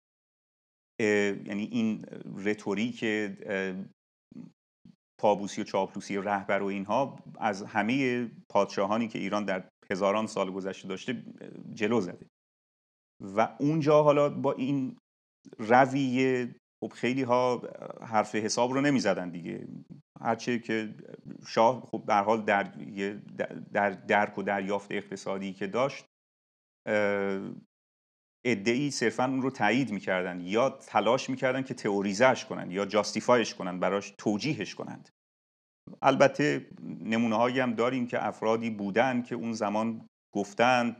یعنی این رتوریک پابوسی و چاپلوسی رهبر و اینها از همه پادشاهانی که ایران در هزاران سال گذشته داشته جلو زده. و اونجا حالا با این رویه خب خیلی ها حرف حساب رو نمی زدن دیگه. هرچه که شاه خب به هر حال در درک و دریافت اقتصادی که داشت، عده‌ای صرفاً اون رو تایید می‌کردن یا تلاش می‌کردن که تئوریزه‌اش کنن یا جاستیفایش کنن، براش توجیهش کنند. البته نمونه‌هایی هم داریم که افرادی بودن که اون زمان گفتن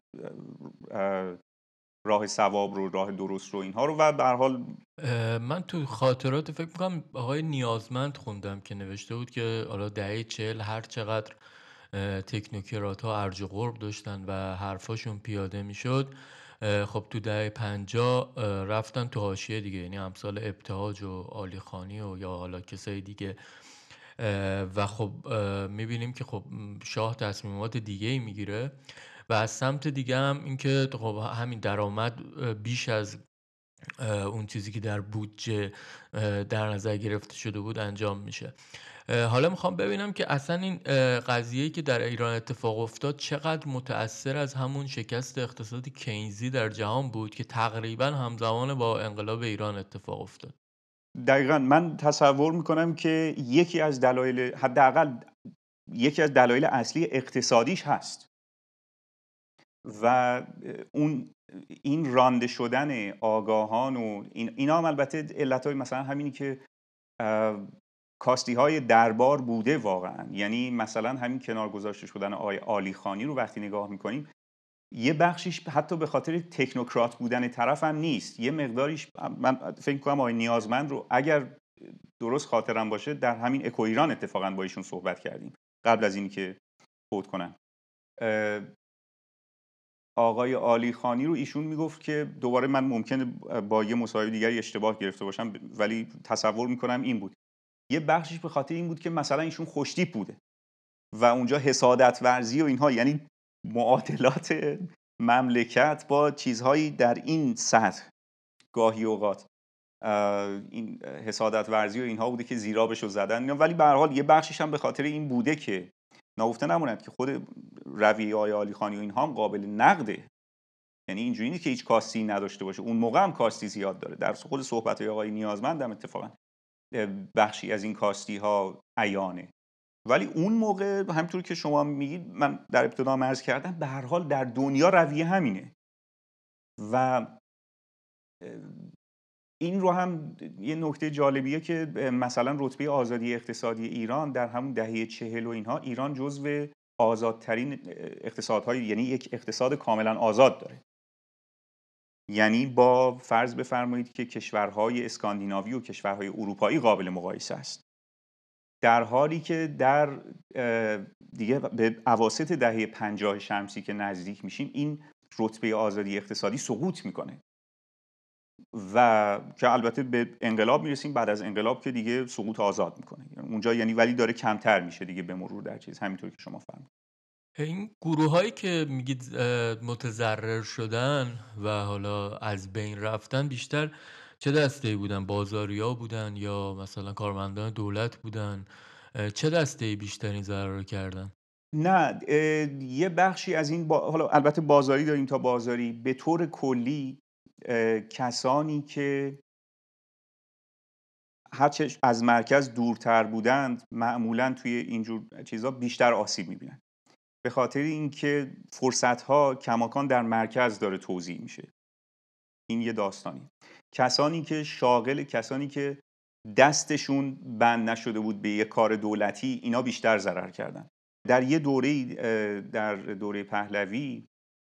راه صواب رو، راه درست رو، اینها رو. و به هر حال من تو خاطرات فکر میکنم آقای نیازمند خوندم که نوشته بود که حالا دهه 40 هر چقدر تکنوکرات ها ارج و قرب داشتن و حرفاشون پیاده میشد، خب تو دهه 50 رفتن تو حاشیه دیگه، یعنی امثال ابتهاج و عالی خانی و یا حالا کسای دیگه. و خب میبینیم که خب شاه تصمیمات دیگه ای میگیره و از سمت دیگه هم اینکه خب همین درآمد بیش از اون چیزی که در بودجه در نظر گرفته شده بود انجام میشه. حالا میخوام ببینم که اصلا این قضیه‌ای که در ایران اتفاق افتاد چقدر متأثر از همون شکست اقتصادی کینزی در جهان بود که تقریبا همزمان با انقلاب ایران اتفاق افتاد. دقیقا من تصور میکنم که یکی از دلایل، حداقل یکی از دلایل اصلی اقتصادیش هست و اون این رانده شدن آگاهان و اینا هم البته علتهای مثلا همینی که کاستی های دربار بوده واقعا. یعنی مثلا همین کنار گذاشته شدن آقای عالی خانی رو وقتی نگاه میکنیم، یه بخشیش حتی به خاطر تکنوکرات بودن طرف هم نیست، یه مقداریش من فکر کنم آقای نیازمند رو اگر درست خاطرم باشه در همین اکو ایران اتفاقا با ایشون صحبت کردیم قبل از اینی که فوت کنن. آقای عالی خانی رو ایشون میگفت که، دوباره من ممکنه با یه مصاحبه دیگری اشتباه گرفته باشم ولی تصور میکنم این بود، یه بخشش به خاطر این بود که مثلا ایشون خوشتیپ بوده و اونجا حسادت ورزی و اینها، یعنی معادلات مملکت با چیزهایی در این سطح گاهی اوقات این حسادت ورزی و اینها بوده که زیرابشو زدن. ولی به هر حال یه بخشش هم به خاطر این بوده که نگفته نموند که خود رویه آقای عالی خانی و اینها هم قابل نقده. یعنی اینجوری نیست که هیچ کاستی نداشته باشه، اون موقع هم کاستی زیاد داره. در خود صحبت‌های آقای نیازمند هم اتفاقا بخشی از این کاستی ها عیانه. ولی اون موقع همونطور که شما میگید، من در ابتدا عرض کردم، به هر حال در دنیا رویه همینه و این رو هم یه نکته جالبیه که مثلا رتبه آزادی اقتصادی ایران در همون دهه 40 و اینها، ایران جزو آزادترین اقتصادهای، یعنی یک اقتصاد کاملا آزاد داره. یعنی با فرض بفرمایید که کشورهای اسکاندیناوی و کشورهای اروپایی قابل مقایسه است، در حالی که در دیگه به اواسط دهه 50 شمسی که نزدیک میشیم این رتبه آزادی اقتصادی سقوط میکنه و که البته به انقلاب میرسیم. بعد از انقلاب که دیگه سقوط آزاد میکنه اونجا، یعنی ولی داره کمتر میشه دیگه به مرور در چیز، همینطور که شما فرمودید. این گروهایی که میگید متضرر شدن و حالا از بین رفتن بیشتر چه دسته‌ای بودن؟ بازاریا بودن یا مثلا کارمندان دولت بودن؟ چه دسته‌ای بیشترین ضرر رو کردن؟ نه، یه بخشی از این حالا البته بازاری داریم تا بازاری. به طور کلی کسانی که هرچه از مرکز دورتر بودند معمولاً توی اینجور چیزا بیشتر آسیب می‌بینن، به خاطر اینکه فرصت‌ها کماکان در مرکز داره توزیع میشه. این یه داستانی. کسانی که شاغل، کسانی که دستشون بند نشده بود به یه کار دولتی، اینا بیشتر ضرر کردن. در یه دوره، در دوره پهلوی،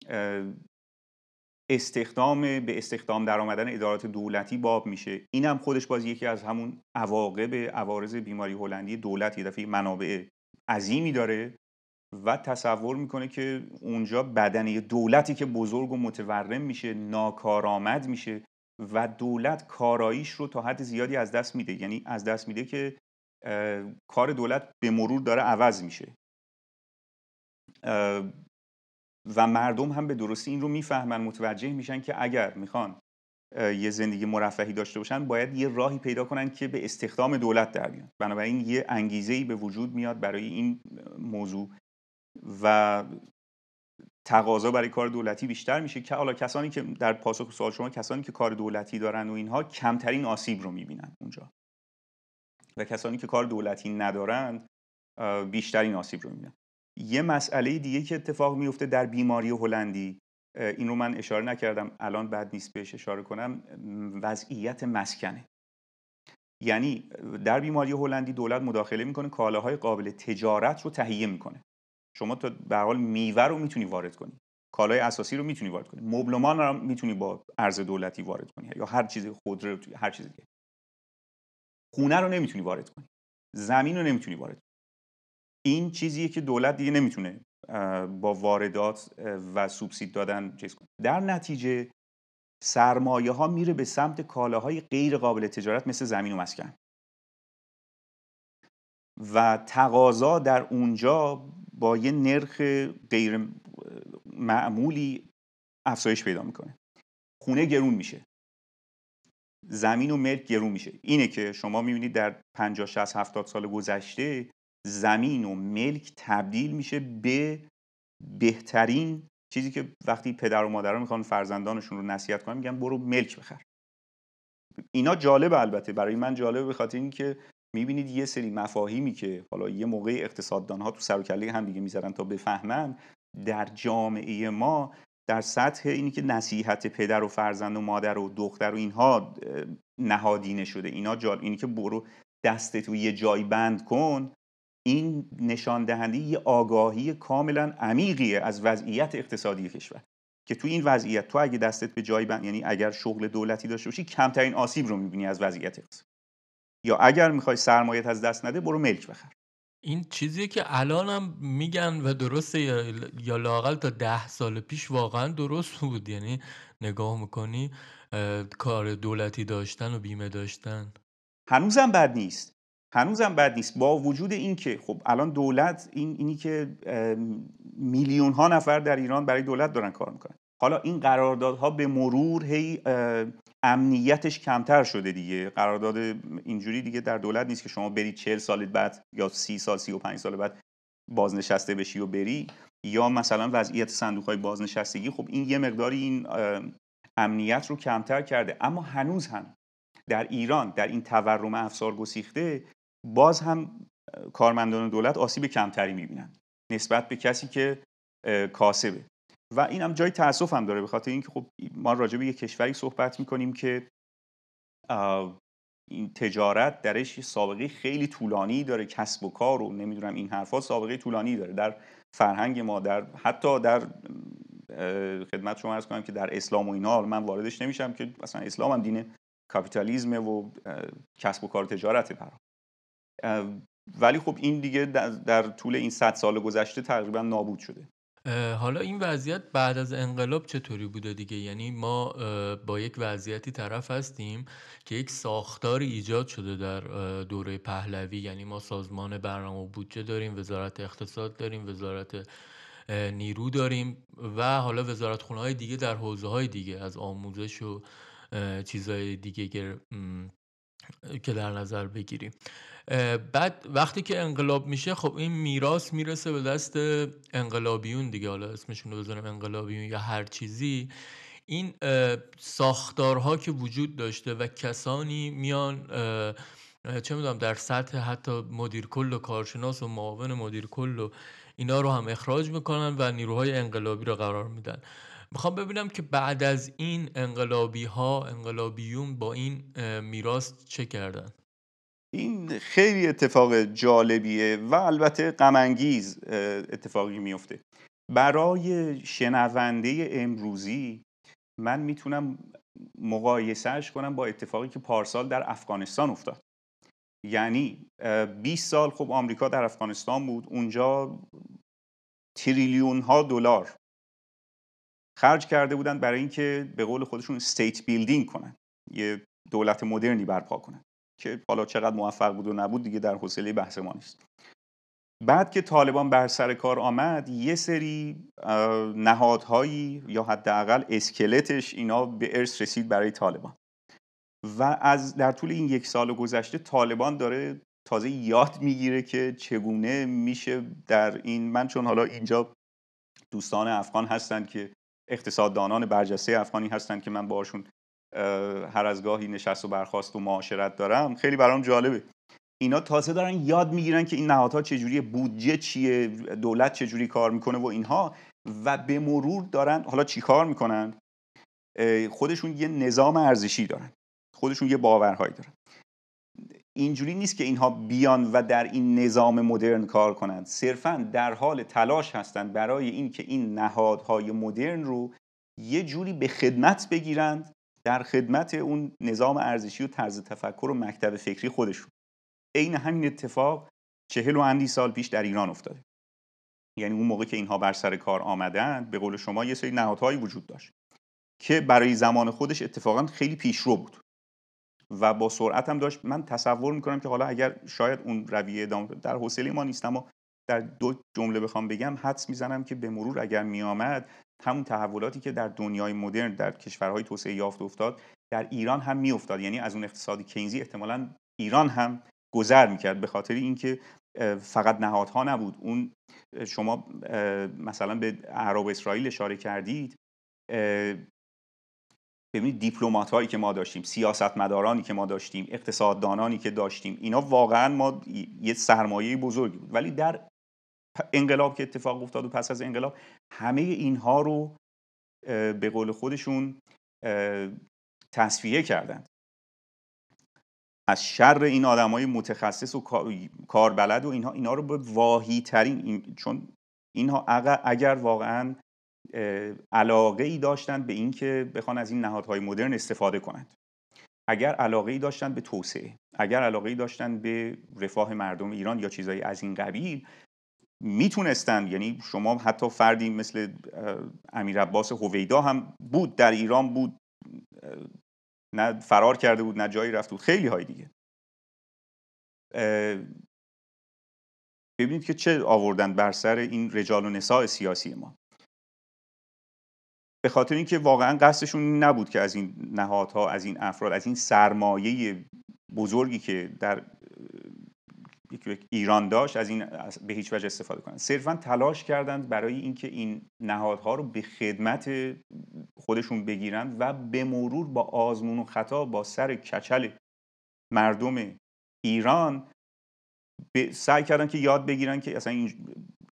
به استخدام در آمدن ادارات دولتی باب میشه. این هم خودش باز یکی از همون عوارض بیماری هلندی دولت، یه دفعه منابع عظیمی داره و تصور میکنه که اونجا بدنه دولتی که بزرگ و متورم میشه، ناکارآمد میشه و دولت کاراییش رو تا حد زیادی از دست میده. یعنی از دست میده که کار دولت به مرور داره عوض میشه و مردم هم به درستی این رو میفهمن، متوجه میشن که اگر میخوان یه زندگی مرفهی داشته باشن باید یه راهی پیدا کنن که به استخدام دولت در بیان. بنابراین یه انگیزه‌ای به وجود میاد برای این موضوع و تقاضا برای کار دولتی بیشتر میشه که حالا کسانی که، در پاسخ به سوال شما، کسانی که کار دولتی دارن و اینها کمترین آسیب رو میبینن اونجا و کسانی که کار دولتی ندارن بیشترین آسیب رو میبینن. یه مسئله دیگه که اتفاق میفته در بیماری هلندی، این رو من اشاره نکردم، الان بد نیست بهش اشاره کنم، وضعیت مسکنه. یعنی در بیماری هلندی دولت مداخله میکنه، کالاهای قابل تجارت رو تهیه میکنه. شما تا به هر حال میوه رو میتونی وارد کنی، کالای اساسی رو میتونی وارد کنی، مبلمان رو میتونی با ارز دولتی وارد کنی یا هر چیز، خودرو، هر چیزی دیگه. خونه رو نمیتونی وارد کنی، زمین رو نمیتونی وارد کنی. این چیزیه که دولت دیگه نمیتونه با واردات و سوبسید دادن چیز کنه. در نتیجه سرمایه ها میره به سمت کالاهای غیر قابل تجارت مثل زمین و مسکن و تقاضا در اونجا با یه نرخ غیر معمولی افزایش پیدا میکنه. خونه گرون میشه، زمین و ملک گرون میشه. اینه که شما میبینید در 50 60 70 سال گذشته زمین و ملک تبدیل میشه به بهترین چیزی که وقتی پدر و مادرها میخوان فرزندانشون رو نصیحت کنن میگن برو ملک بخر. اینا جالبه، البته برای من جالبه به خاطر اینکه میبینید یه سری مفاهیمی که حالا یه موقع اقتصاددان‌ها تو سر و کله هم دیگه میذارن تا بفهمن، در جامعه ما در سطح اینی که نصیحت پدر و فرزند و مادر و دختر و اینها نهادینه شده. اینی که برو دستتو یه جای بند کن، این نشان دهنده یه آگاهی کاملا عمیقیه از وضعیت اقتصادی کشور، که تو این وضعیت تو اگه دستت به جای بند، یعنی اگر شغل دولتی داشته باشی کمترین آسیب رو میبینی از وضعیت اقتصادی، یا اگر میخوای سرمایه‌ت از دست نده برو ملک بخر. این چیزیه که الانم میگن و درسته، یا لااقل تا 10 سال پیش واقعا درست بود. یعنی نگاه میکنی کار دولتی داشتن و بیمه داشتن هنوزم بد نیست، هنوزم بد نیست، با وجود این که خب الان دولت اینی که میلیون ها نفر در ایران برای دولت دارن کار میکنن. حالا این قراردادها به مرور هی امنیتش کمتر شده دیگه. قرارداد اینجوری دیگه در دولت نیست که شما برید 40 سال بعد یا 30 سال 35 سال بعد بازنشسته بشی و بری، یا مثلا وضعیت صندوق‌های بازنشستگی. خب این یه مقداری این امنیت رو کمتر کرده، اما هنوز هم در ایران در این تورم افسار گسیخته باز هم کارمندان دولت آسیب کمتری میبینن نسبت به کسی که کاسبه. و این هم جای تأسف هم داره، به خاطر اینکه خب ما راجع به یک کشوری صحبت میکنیم که این تجارت درش سابقه خیلی طولانی داره، کسب و کار و نمیدونم این حرفا سابقه طولانی داره در فرهنگ ما، حتی در خدمت شما عرض کنم که در اسلام و اینا. من واردش نمیشم که مثلا اسلام هم دین کاپیتالیسم و کسب و کار تجارت برام، ولی خب این دیگه در طول این 100 سال گذشته تقریبا نابود شده. حالا این وضعیت بعد از انقلاب چطوری بوده دیگه؟ یعنی ما با یک وضعیتی طرف هستیم که یک ساختاری ایجاد شده در دوره پهلوی. یعنی ما سازمان برنامه و بودجه داریم، وزارت اقتصاد داریم، وزارت نیرو داریم و حالا وزارتخونه‌های دیگه در حوزه‌های دیگه، از آموزش و چیزهای دیگه که در نظر بگیریم. بعد وقتی که انقلاب میشه، خب این میراث میرسه به دست انقلابیون دیگه، حالا اسمشون رو بذاریم انقلابیون یا هر چیزی. این ساختارها که وجود داشته و کسانی میان چه میدونم در سطح حتی مدیر کل و کارشناس و معاون مدیر کل و اینا رو هم اخراج میکنن و نیروهای انقلابی رو قرار میدن. میخوام ببینم که بعد از این انقلابیون با این میراث چه کردن. این خیلی اتفاق جالبیه و البته غم انگیز اتفاقی میفته. برای شنونده امروزی من میتونم مقایسهش کنم با اتفاقی که پارسال در افغانستان افتاد. یعنی 20 سال خب آمریکا در افغانستان بود، اونجا تریلیون ها دلار خرج کرده بودن برای اینکه به قول خودشون استیت بیلدینگ کنن، یه دولت مدرنی برپا کنن، که حالا چقدر موفق بود و نبود دیگه در حوصله بحث ما نیست. بعد که طالبان بر سر کار آمد، یه سری نهادهایی یا حداقل اسکلتش اینا به ارث رسید برای طالبان و در طول این 1 سال گذشته طالبان داره تازه یاد میگیره که چگونه میشه در این، من چون حالا اینجا دوستان افغان هستن که اقتصاددانان برجسته افغانی هستن که من باشون هر از گاهی نشست و برخاست و معاشرت دارم، خیلی برام جالبه. اینا تازه دارن یاد میگیرن که این نهادها چجوریه، بودجه چیه، دولت چجوری کار میکنه و اینها، و به مرور دارن حالا چی کار میکنن. خودشون یه نظام ارزشی دارن، خودشون یه باورهایی دارن. اینجوری نیست که اینها بیان و در این نظام مدرن کار کنند، صرفاً در حال تلاش هستند برای این که این نهادهای مدرن رو یه جوری به خدمت بگیرند، در خدمت اون نظام ارزشی و طرز تفکر و مکتب فکری خودشون. عین همین اتفاق 40 و اندی سال پیش در ایران افتاده. یعنی اون موقع که اینها بر سر کار آمدند، به قول شما یه سری نهادهایی وجود داشت که برای زمان خودش اتفاقاً خیلی پیشرو بود و با سرعت هم داشت. من تصور میکنم که حالا اگر شاید اون رویه ادامه در حوصله ما نیست، اما در 2 جمله بخوام بگم، حدس میزنم که به مرور اگر میآمد همون تحولاتی که در دنیای مدرن در کشورهای توسعه یافته افتاد در ایران هم میافتاد. یعنی از اون اقتصاد کینزی احتمالاً ایران هم گذر میکرد، به خاطر اینکه فقط نهادها نبود. اون شما مثلا به اعراب اسرائیل اشاره کردید، ببینید دیپلمات هایی که ما داشتیم، سیاستمدارانی که ما داشتیم، اقتصاددانانی که داشتیم، اینا واقعا ما یه سرمایه بزرگی بود. ولی در انقلاب که اتفاق افتاد و پس از انقلاب همه اینها رو به قول خودشون تصفیه کردند. از شر این آدمای متخصص و کاربلد و اینا رو به واهی ترین چون اینها اگر واقعا علاقه ای داشتند به این که بخوان از این نهادهای مدرن استفاده کنند، اگر علاقه ای داشتند به توسعه، اگر علاقه ای داشتند به رفاه مردم ایران یا چیزایی از این قبیل، میتونستند. یعنی شما حتی فردی مثل امیر عباس هویدا هم بود، در ایران بود، نه فرار کرده بود نه جایی رفت بود، خیلی های دیگه. ببینید که چه آوردن بر سر این رجال و نساء سیاسی ما، به خاطر اینکه واقعا قصدشون نبود که از این نهادها، از این افراد، از این سرمایه بزرگی که در ایران داشت از این به هیچ وجه استفاده کنند. صرفا تلاش کردند برای اینکه این نهادها رو به خدمت خودشون بگیرند و به مرور با آزمون و خطا با سر کچل مردم ایران سعی کردن که یاد بگیرن که اصلا این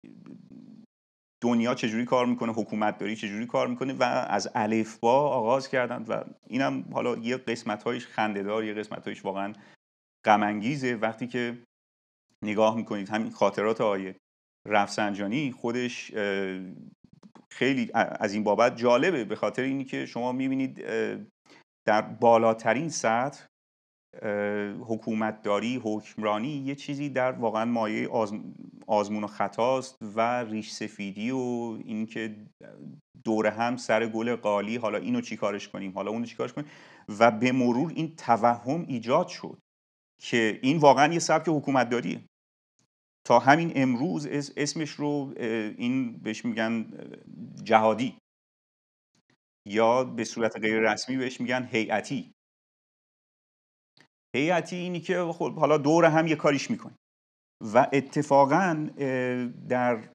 دنیا چجوری کار میکنه، حکومت داری چجوری کار میکنه، و از الفبا آغاز کردند. و اینم حالا یه قسمت‌هایش خنده‌دار، یه قسمت‌هایش واقعا غم انگیزه. وقتی که نگاه میکنید همین خاطرات آقای رفسنجانی خودش خیلی از این بابت جالبه، به خاطر اینی که شما میبینید در بالاترین سطح حکومتداری، حکمرانی یه چیزی در واقعا مایه آزمون و خطاست و ریش سفیدی و این که دور هم سر گل قالی، حالا اینو چی کارش کنیم، حالا اونو چی کارش کنیم. و به مرور این توهم ایجاد شد که این واقعا یه سبک حکومتداریه. تا همین امروز اسمش رو این بهش میگن جهادی، یا به صورت غیر رسمی بهش میگن هیئتی. هیئتی اینی که خب حالا دور هم یه کاریش میکنی. و اتفاقا در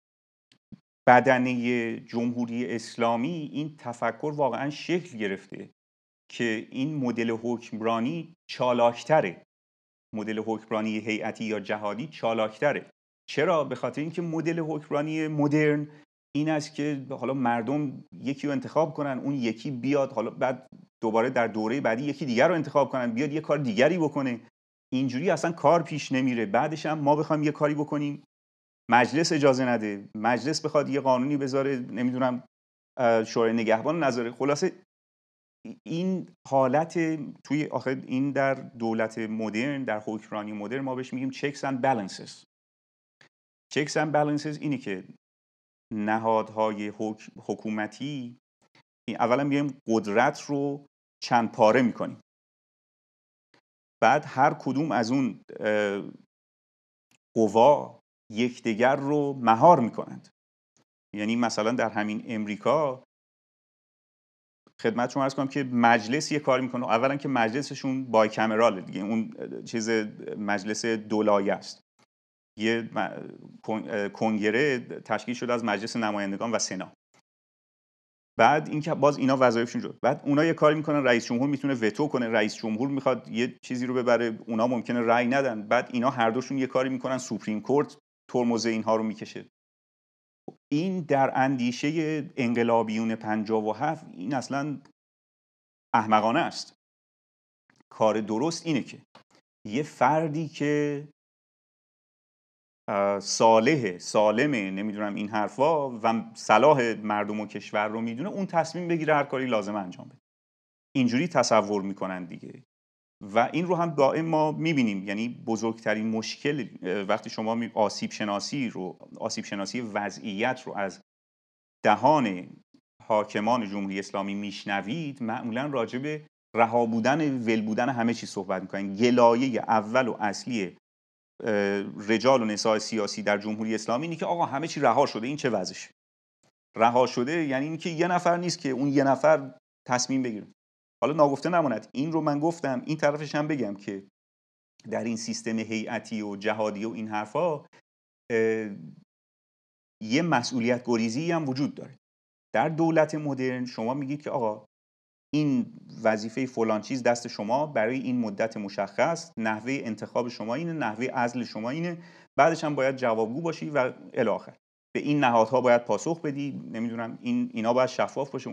بدنه جمهوری اسلامی این تفکر واقعا شکل گرفته که این مدل حکمرانی چالاکتره، مدل حکمرانی هیئتی یا جهادی چالاکتره. چرا؟ به خاطر اینکه مدل حکمرانی مدرن این است که حالا مردم یکی رو انتخاب کنن، اون یکی بیاد، حالا بعد دوباره در دوره بعدی یکی دیگر رو انتخاب کنن بیاد یه کار دیگری بکنه. اینجوری اصلا کار پیش نمیره. بعدش هم ما بخوایم یه کاری بکنیم مجلس اجازه نده، مجلس بخواد یه قانونی بذاره، نمیدونم شورای نگهبان نذاره. خلاصه این حالت توی آخر این در دولت مدرن، در حکمرانی مدرن ما بهش میگیم checks and balances. checks and balances اینی که نهادهای حکومتی اولا میایم قدرت رو چند پاره میکنیم، بعد هر کدوم از اون قوا یکدیگر رو مهار میکنند. یعنی مثلا در همین امریکا خدمت شما عرض کنم که مجلس یه کار میکنه، اولا که مجلسشون بای کامراله دیگه، اون چیز مجلس دولایه است، یه کنگره تشکیل شده از مجلس نمایندگان و سنا. بعد اینکه باز اینا وظایفشون شد، بعد اونا یه کاری میکنن، رئیس جمهور میتونه وتو کنه، رئیس جمهور میخواد یه چیزی رو ببره، اونا ممکنه رأی ندن، بعد اینا هر دوشون یه کاری میکنن، سوپریم کورت ترمز اینها رو میکشه. این در اندیشه انقلابیون 57 این اصلا احمقانه است. کار درست اینه که یه فردی که سالمه نمیدونم این حرفا و صلاح مردم و کشور رو میدونه، اون تصمیم بگیره هر کاری لازم انجام بده. اینجوری تصور میکنن دیگه. و این رو هم دائم ما میبینیم. یعنی بزرگترین مشکل وقتی شما آسیب شناسی وضعیت رو از دهان حاکمان جمهوری اسلامی میشنوید، معمولا راجع به رها بودن، ول بودن همه چیز صحبت میکنن. گلایه اول و اصلی رجال و نساء سیاسی در جمهوری اسلامی اینه که آقا همه چی رها شده، این چه وضعشه. رها شده یعنی اینکه یه نفر نیست که اون یه نفر تصمیم بگیره. حالا ناگفته نماند این رو من گفتم، این طرفش هم بگم که در این سیستم هیئتی و جهادی و این حرفا یه مسئولیت گریزی هم وجود داره. در دولت مدرن شما میگید که آقا این وظیفه فلان چیز دست شما برای این مدت مشخص، نحوه انتخاب شما اینه، نحوه عزل شما اینه، بعدش هم باید جوابگو باشی و الی آخر. به این نهادها باید پاسخ بدی، نمیدونم اینا باید شفاف باشه.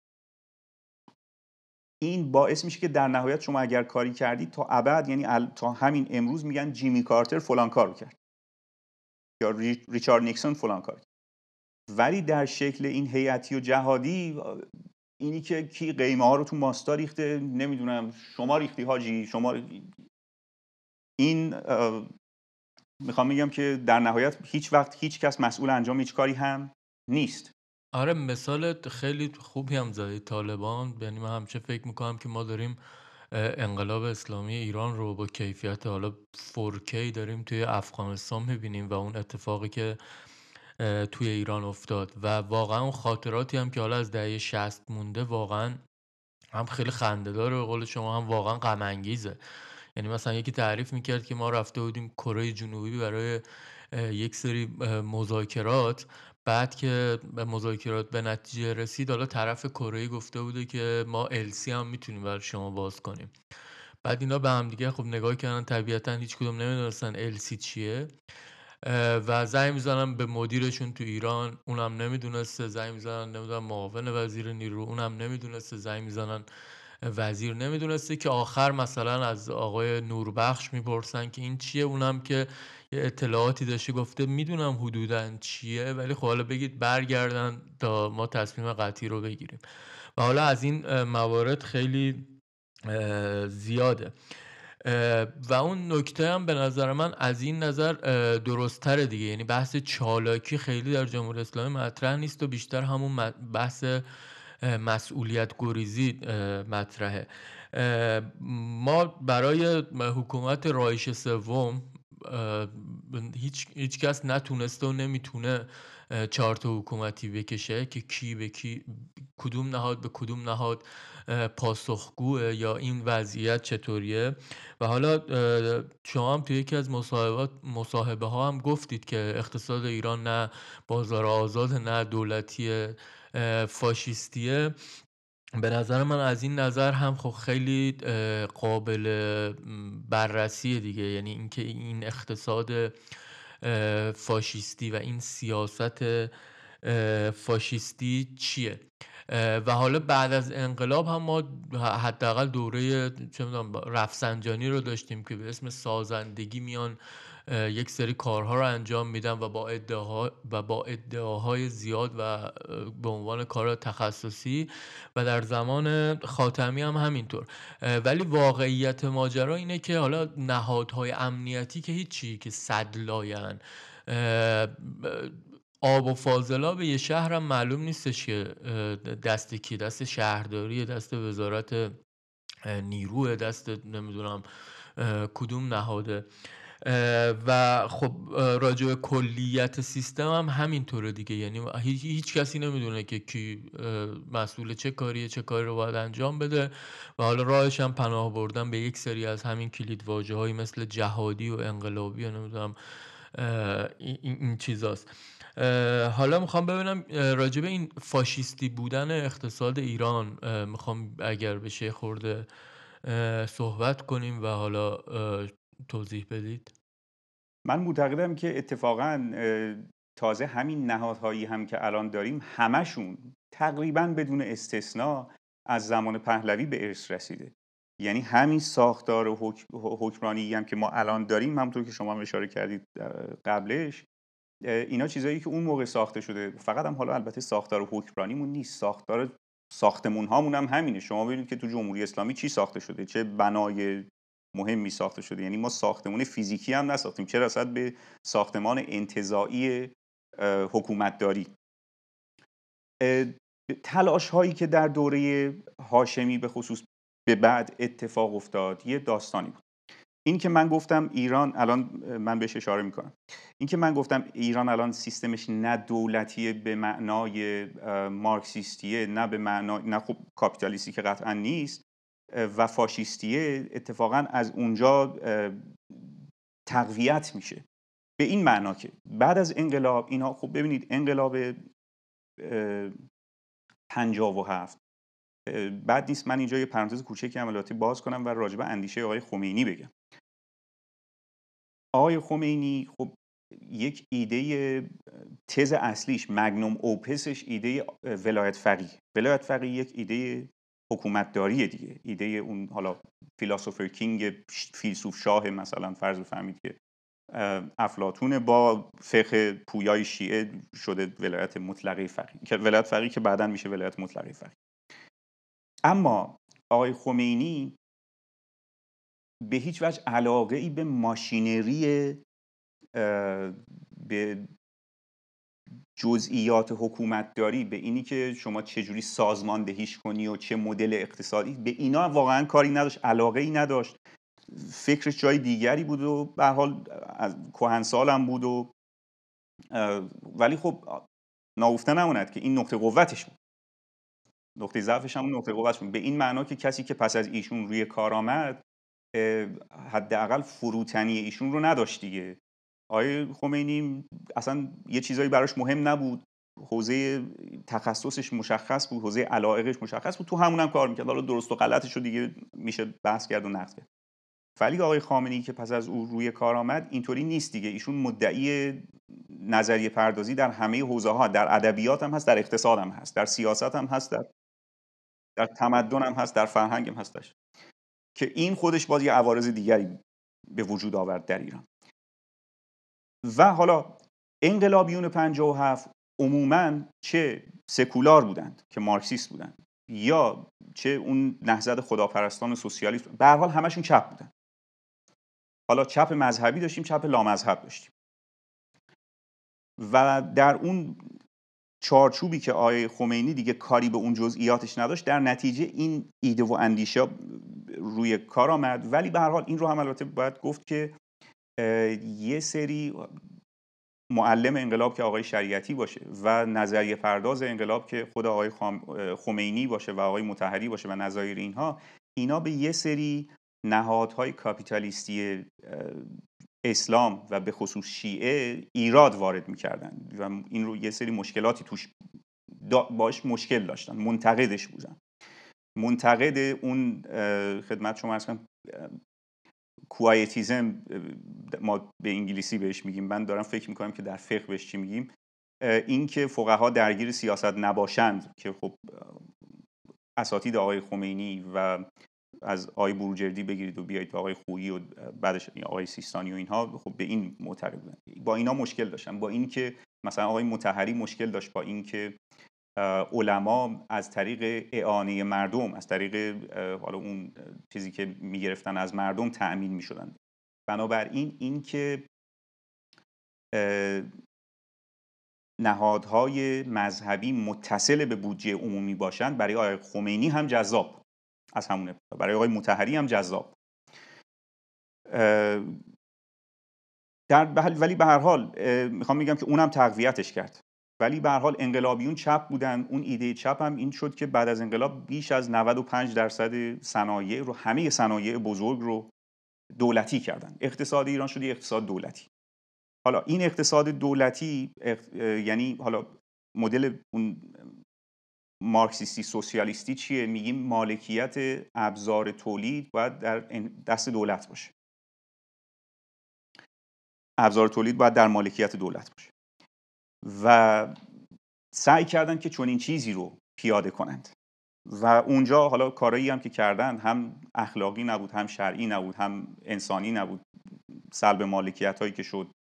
این باعث میشه که در نهایت شما اگر کاری کردی تا ابد، یعنی تا همین امروز میگن جیمی کارتر فلان کارو کرد یا ریچارد نیکسون فلان کار کرد. ولی در شکل این هیئتی و جهادی، اینی که کی قیمه ها رو تو ماستا ریخته، نمیدونم شما ریختی حاجی، این میخوام بگم که در نهایت هیچ وقت هیچ کس مسئول انجام هیچ کاری هم نیست. آره، مثال خیلی خوبی هم زدی طالبان. یعنی من همیشه فکر میکنم که ما داریم انقلاب اسلامی ایران رو با کیفیت حالا 4K داریم توی افغانستان میبینیم و اون اتفاقی که توی ایران افتاد و واقعا اون خاطراتی هم که حالا از دهه 60 مونده واقعا هم خیلی خنده‌داره به قول شما، هم واقعا غم انگیزه. یعنی مثلا یکی تعریف میکرد که ما رفته بودیم کره جنوبی برای یک سری مذاکرات، بعد که به مذاکرات به نتیجه رسید، حالا طرف کره‌ای گفته بوده که ما LC هم میتونیم برای شما باز کنیم. بعد اینا به هم دیگه خب نگاه کردن، طبیعتا هیچ کدوم نمیدونستن LC چیه و زنگ میزنن به مدیرشون تو ایران، اونم نمیدونسته. زنگ میزنن نمیدونم معاون وزیر نیرو، اونم نمیدونسته. زنگ میزنن وزیر نمیدونسته، که آخر مثلا از آقای نوربخش میپرسن که این چیه، اونم که یه اطلاعاتی داشته گفته میدونم حدوداً چیه، ولی خب حالا بگید برگردن تا ما تصمیم قطعی رو بگیریم. و حالا از این موارد خیلی زیاده. و اون نکته هم به نظر من از این نظر درست‌تره دیگه. یعنی بحث چالاکی خیلی در جمهوری اسلامی مطرح نیست و بیشتر همون بحث مسئولیت گریزی مطرحه. ما برای حکومت رایش سوم هیچ کس نتونسته و نمیتونه چارت حکومتی بکشه که کی به کی، کدوم نهاد به کدوم نهاد پاسخگوه یا این وضعیت چطوریه. و حالا شما هم توی یکی از مصاحبه ها هم گفتید که اقتصاد ایران نه بازار آزاد نه دولتی فاشیستیه. به نظر من از این نظر هم خب خیلی قابل بررسیه دیگه. یعنی اینکه این اقتصاد فاشیستی و این سیاست فاشیستی چیه. و حالا بعد از انقلاب هم ما حداقل دوره چه می‌دونم رفسنجانی رو داشتیم که به اسم سازندگی میان یک سری کارها رو انجام میدن و با ادعاهای زیاد و به عنوان کار تخصصی، و در زمان خاتمی هم همینطور. ولی واقعیت ماجرا اینه که حالا نهادهای امنیتی که هیچی، که سدلاین آب و فاضلاب یه شهر هم معلوم نیستش که دست کی، دست شهرداری، دست وزارت نیروه، دست نمیدونم کدوم نهاده. و خب راجع به کلیت سیستم هم همینطوره دیگه. یعنی هیچ کسی نمیدونه که کی مسئول چه کاریه، چه کاری رو باید انجام بده. و حالا راهش هم پناه بردن به یک سری از همین کلید واژه هایی مثل جهادی و انقلابی و نمیدونم این چیزاست. حالا میخوام ببینم راجع به این فاشیستی بودن اقتصاد ایران، میخوام اگر بشه خورده صحبت کنیم و حالا توضیح بدید. من معتقدم که اتفاقا تازه همین نهادهایی هم که الان داریم همشون تقریبا بدون استثنا از زمان پهلوی به ارث رسیده. یعنی همین ساختار حکمرانی هم که ما الان داریم، همونطور که شما هم اشاره کردید قبلش، اینا چیزایی که اون موقع ساخته شده. فقط هم حالا البته ساختار حکمرانیمون نیست، ساختار ساختمون هامون هم همینه. شما ببینید که تو جمهوری اسلامی چی ساخته شده، چه بنای مهمی ساخته شده. یعنی ما ساختمون فیزیکی هم نساختیم، چه رسد به ساختمان انتزاعی حکومتداری. تلاش هایی که در دوره هاشمی به خصوص به بعد اتفاق افتاد یه داستانی بود. این که من گفتم ایران الان، من بهش اشاره میکنم، این که من گفتم ایران الان سیستمش نه دولتیه به معنای مارکسیستیه، نه به معنای، نه خب کاپیتالیستی که قطعا نیست، و فاشیستیه، اتفاقا از اونجا تقویت میشه. به این معنا که بعد از انقلاب اینا، خب ببینید انقلاب 57 بعد نیست من اینجا یه پرانتز کوچکی عملاتی باز کنم و راجع به اندیشه آقای خمینی بگم. آقای خمینی خب یک ایده، تز اصلیش، مگنوم اوپسش، ایده ولایت فقیه. ولایت فقیه یک ایده حکومتداریه دیگه، ایده اون حالا فیلسوفر کینگ، فیلسوف شاه مثلا فرض بفرمایید که افلاطون با فقه پویای شیعه شده ولایت مطلقه فقیه، که ولایت فقیه که بعداً میشه ولایت مطلقه فقیه. اما آقای خمینی به هیچ وجه علاقه ای به ماشینری، به جزئیات حکومتداری، به اینی که شما چجوری سازماندهیش کنی و چه مدل اقتصادی، به اینا واقعا کاری نداشت، علاقه ای نداشت. فکرش جای دیگری بود و به هر حال از کهنسال هم بود و ولی خب ناگفته نماند که این نقطه قوتش بود، نقطه ضعفش هم نقطه قوتش بود، به این معنا که کسی که پس از ایشون روی کار آمد حداقل فروتنی ایشون رو نداشت دیگه. آقای خمینی اصلا یه چیزایی براش مهم نبود، حوزه تخصصش مشخص بود، حوزه علایقش مشخص بود، تو همون کار میکرد. حالا درست و غلطش رو دیگه میشه بحث کرد و نقد کرد. ولی آقای خامنه‌ای که پس از او روی کار آمد اینطوری نیست دیگه. ایشون مدعی نظریه پردازی در همه حوزه ها، در ادبیات هم هست، در اقتصاد هم هست، در سیاست هم هست، در تمدن هم هست، در فرهنگ هم هستش، که این خودش باز یه عوارض دیگری به وجود آورد در ایران. و حالا انقلابیون 57 عموماً چه سکولار بودند که مارکسیست بودند، یا چه اون نهضت خداپرستان و سوسیالیست، به هر حال همشون چپ بودن. حالا چپ مذهبی داشتیم، چپ لامذهب داشتیم، و در اون چارچوبی که آقای خمینی دیگه کاری به اون جزئیاتش نداشت، در نتیجه این ایده و اندیشه روی کار آمد. ولی به هر حال این رو هم البته باید گفت که یه سری معلم انقلاب که آقای شریعتی باشه و نظریه پرداز انقلاب که خود آقای خمینی باشه و آقای مطهری باشه و نظایر اینها، اینا به یه سری نهادهای کاپیتالیستی اسلام و به خصوص شیعه ایراد وارد میکردن و این رو یه سری مشکلاتی توش باش مشکل داشتن، منتقدش بودن. منتقد اون خدمت شما عرض کنم کوایتیزم، ما به انگلیسی بهش میگیم، من دارم فکر میکنم که در فقه بهش چی میگیم، این که فقها درگیر سیاست نباشند، که خب اساتید آقای خمینی و از آقای بروجردی بگیرید و بیایید به آقای خویی و بعدش آقای سیستانی و اینها، خب به این معترض بودن، با اینا مشکل داشتن. با این که مثلا آقای مطهری مشکل داشت با این که علما از طریق اعانه مردم، از طریق حالا اون چیزی که میگرفتن از مردم تأمین میشدن. بنابراین این که نهادهای مذهبی متصل به بودجه عمومی باشند برای آقای خمینی هم جذاب، از همون ابتدا برای آقای مطهری هم جذاب. ولی به هر حال میخوام بگم که اونم تقویتش کرد. ولی به هر حال انقلابیون چپ بودن. اون ایده چپ هم این شد که بعد از انقلاب بیش از 95% صنایع رو، همه صنایع بزرگ رو دولتی کردن. اقتصاد ایران شد اقتصاد دولتی. حالا این اقتصاد دولتی یعنی حالا مدل اون مارکسیستی سوسیالیستی چیه؟ میگیم مالکیت ابزار تولید باید در دست دولت باشه. ابزار تولید باید در مالکیت دولت باشه و سعی کردن که چنین چیزی رو پیاده کنند و اونجا حالا کارایی هم که کردن هم اخلاقی نبود، هم شرعی نبود، هم انسانی نبود. سلب مالکیت هایی که شد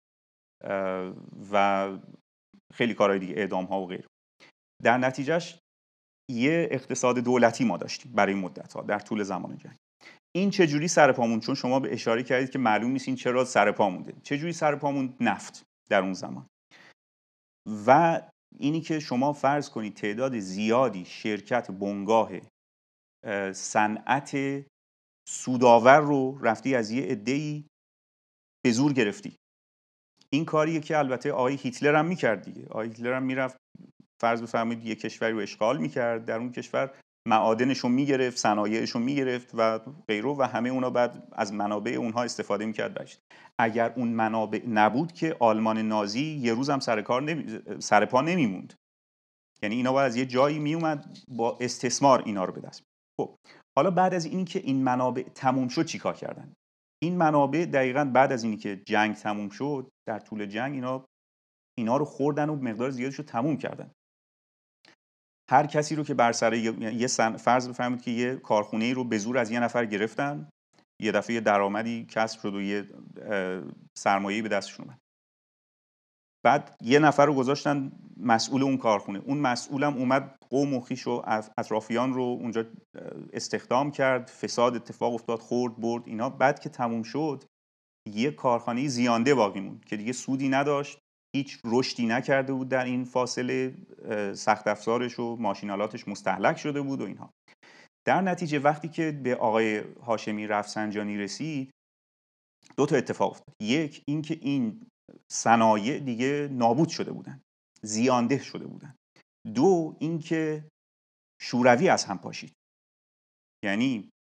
و خیلی کارهای دیگه، اعدام ها و غیره. در نتیجهش یه اقتصاد دولتی ما داشتیم برای مدت ها در طول زمان جنگ. این چجوری سرپا موند؟ چون شما به اشاره کردید که معلوم نیست این چرا سرپا مونده. چجوری سرپا موند؟ نفت در اون زمان. و اینی که شما فرض کنید تعداد زیادی شرکت بنگاه صنعت سودآور رو رفتی از یه عده‌ای به زور گرفتی. این کاریه که البته آقای هیتلر هم میکرد دیگه. آقای هیتلر هم میرفت فرض بفرمایید یه کشوری رو اشغال میکرد، در اون کشور معادنش رو میگرفت، صنایعش رو میگرفت و غیره و همه اونا بعد از منابع اونها استفاده میکرد. اگر اون منابع نبود که آلمان نازی یه روز هم سر پا نمیموند. یعنی اینا باید از یه جایی میومد با استثمار اینا رو به دست. خب حالا بعد از اینکه این منابع تموم شد چیکار کردن؟ این منابع دقیقاً بعد از اینکه جنگ تموم شد، در طول جنگ اینا رو خوردن و مقدار زیادش رو تموم کردن. هر کسی رو که بر سر فرض بفرمایید که یه کارخونه‌ای رو به زور از یه نفر گرفتن، یه دفعه یه درآمدی کسب شد و یه سرمایه‌ای به دستشون اومد. بعد یه نفر رو گذاشتن مسئول اون کارخونه. اون مسئولم اومد قوم و خویش و اطرافیان رو اونجا استخدام کرد، فساد اتفاق افتاد، خورد برد اینا. بعد که تموم شد یه کارخانه زیانده باقی موند که دیگه سودی نداشت، هیچ رشدی نکرده بود در این فاصله، سخت افزارش و ماشینالاتش مستهلک شده بود و اینها. در نتیجه وقتی که به آقای هاشمی رفسنجانی رسید 2 تا اتفاق افتاد. یک اینکه این صنایع دیگه نابود شده بودن، زیانده شده بودن. 2 اینکه شوروی از هم پاشید. یعنی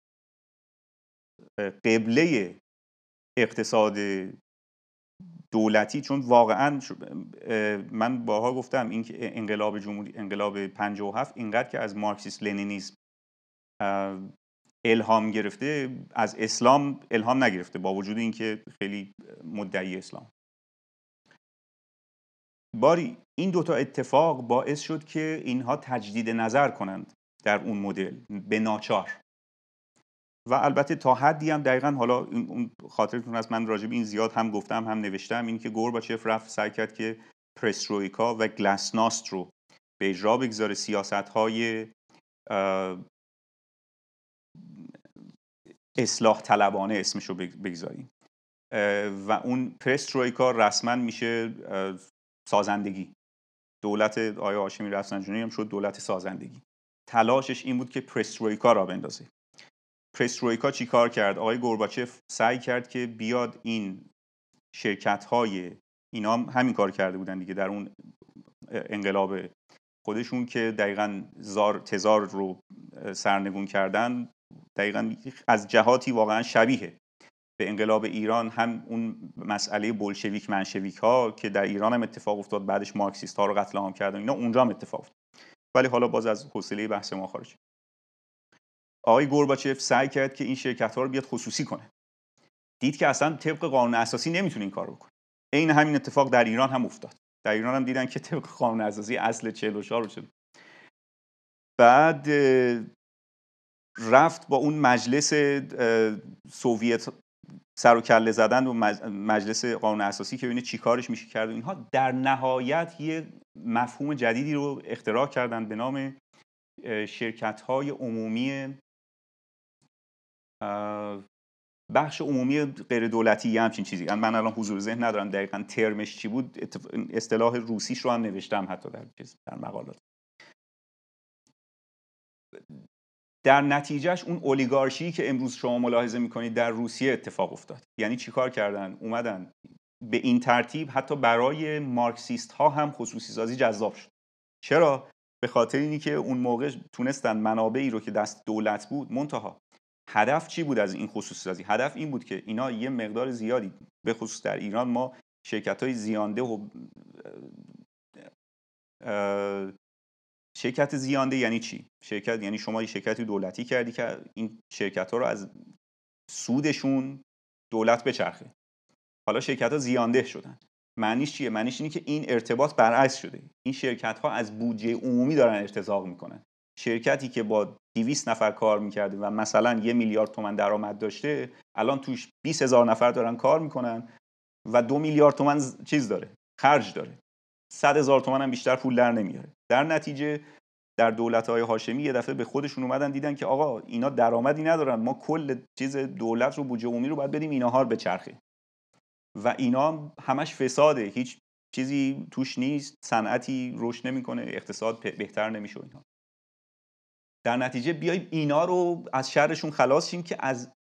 قبله اقتصاد دولتی، چون واقعا من باها گفتم این که انقلاب جمهوری، انقلاب 57 اینقدر که از مارکسیسم لنینیسم الهام گرفته، از اسلام الهام نگرفته با وجود اینکه خیلی مدعی اسلام. باری این 2 تا اتفاق باعث شد که اینها تجدید نظر کنند در اون مدل به ناچار. و البته تا حدی هم دقیقاً، حالا اون خاطرتون هست من راجع به این زیاد هم گفتم هم نوشتم، این که گورباچف رفت سعی کرد که پرسترویکا و گلاسناست رو به اجرا بگذاره، سیاست‌های اصلاح طلبانه اسمش رو بگذاریم. و اون پرسترویکا رسما میشه سازندگی. دولت آقای هاشمی رفسنجانی هم شد دولت سازندگی. تلاشش این بود که پرسترویکا را بندازه. پرسترویکا چی کار کرد؟ آقای گورباچف سعی کرد که بیاد این شرکت‌های، اینا هم همین کار کرده بودن دیگه در اون انقلاب خودشون که دقیقاً تزار رو سرنگون کردن، دقیقاً از جهاتی واقعاً شبیه به انقلاب ایران. هم اون مسئله بولشویک منشویک ها که در ایران هم اتفاق افتاد، بعدش مارکسیست ها رو قتل عام کردن، اینا اونجا هم اتفاق افتاد. ولی حالا باز از حوصله بحث ما خارج. آقای گورباچف سعی کرد که این شرکت ها رو بیاد خصوصی کنه. دید که اصلا طبق قانون اساسی نمیتونه این کارو بکنه. عین همین اتفاق در ایران هم افتاد. در ایران هم دیدن که طبق قانون اساسی اصل 44 رو شد. بعد رفت با اون مجلس سوویت سر و کله زدن و مجلس قانون اساسی که ببینه چی کارش میشه کرد و اینها. در نهایت یه مفهوم جدیدی رو اختراع کردن به نام شرکت‌های عمومی، بخش عمومی غیر دولتی، یه همچین چیزی. من الان حضور ذهن ندارم دقیقاً ترمش چی بود، اصطلاح روسیش رو هم نوشتم حتی در مقالات. در نتیجهش اون اولیگارشی که امروز شما ملاحظه میکنید در روسیه اتفاق افتاد. یعنی چی کار کردن؟ اومدن به این ترتیب حتی برای مارکسیست ها هم خصوصی سازی جذاب شد. چرا؟ به خاطر اینی که اون موقع تونستن منابعی رو که دست دولت بود، منتها هدف چی بود از این خصوصی سازی؟ هدف این بود که اینا یه مقدار زیادی، به خصوص در ایران ما شرکت‌های زیانده و شرکت زیانده یعنی چی؟ شرکت یعنی شما یه شرکتی دولتی کردی که این شرکت‌ها رو از سودشون دولت بچرخه. حالا شرکت‌ها زیانده شدن. معنیش چیه؟ معنیش اینه که این ارتباط برعکس شده. این شرکت‌ها از بودجه عمومی دارن ارتزاق میکنن. شرکتی که با 200 نفر کار میکرده و مثلا 1 میلیارد تومان درآمد داشته، الان توش 20,000 نفر دارن کار میکنن و 2 میلیارد تومان چیز داره، خرج داره. 100,000 تومان هم بیشتر پول در نمیاره. در نتیجه در دولت‌های هاشمی یه دفعه به خودشون اومدن دیدن که آقا اینا درآمدی ندارن، ما کل چیز دولت رو، بودجه عمومی رو باید بدیم اینها رو بچرخه. و اینا همش فساده، هیچ چیزی توش نیست، صنعتی رشد نمیکنه، اقتصاد بهتر نمیشه اینها. در نتیجه بیایم اینا رو از شرشون خلاص شیم که از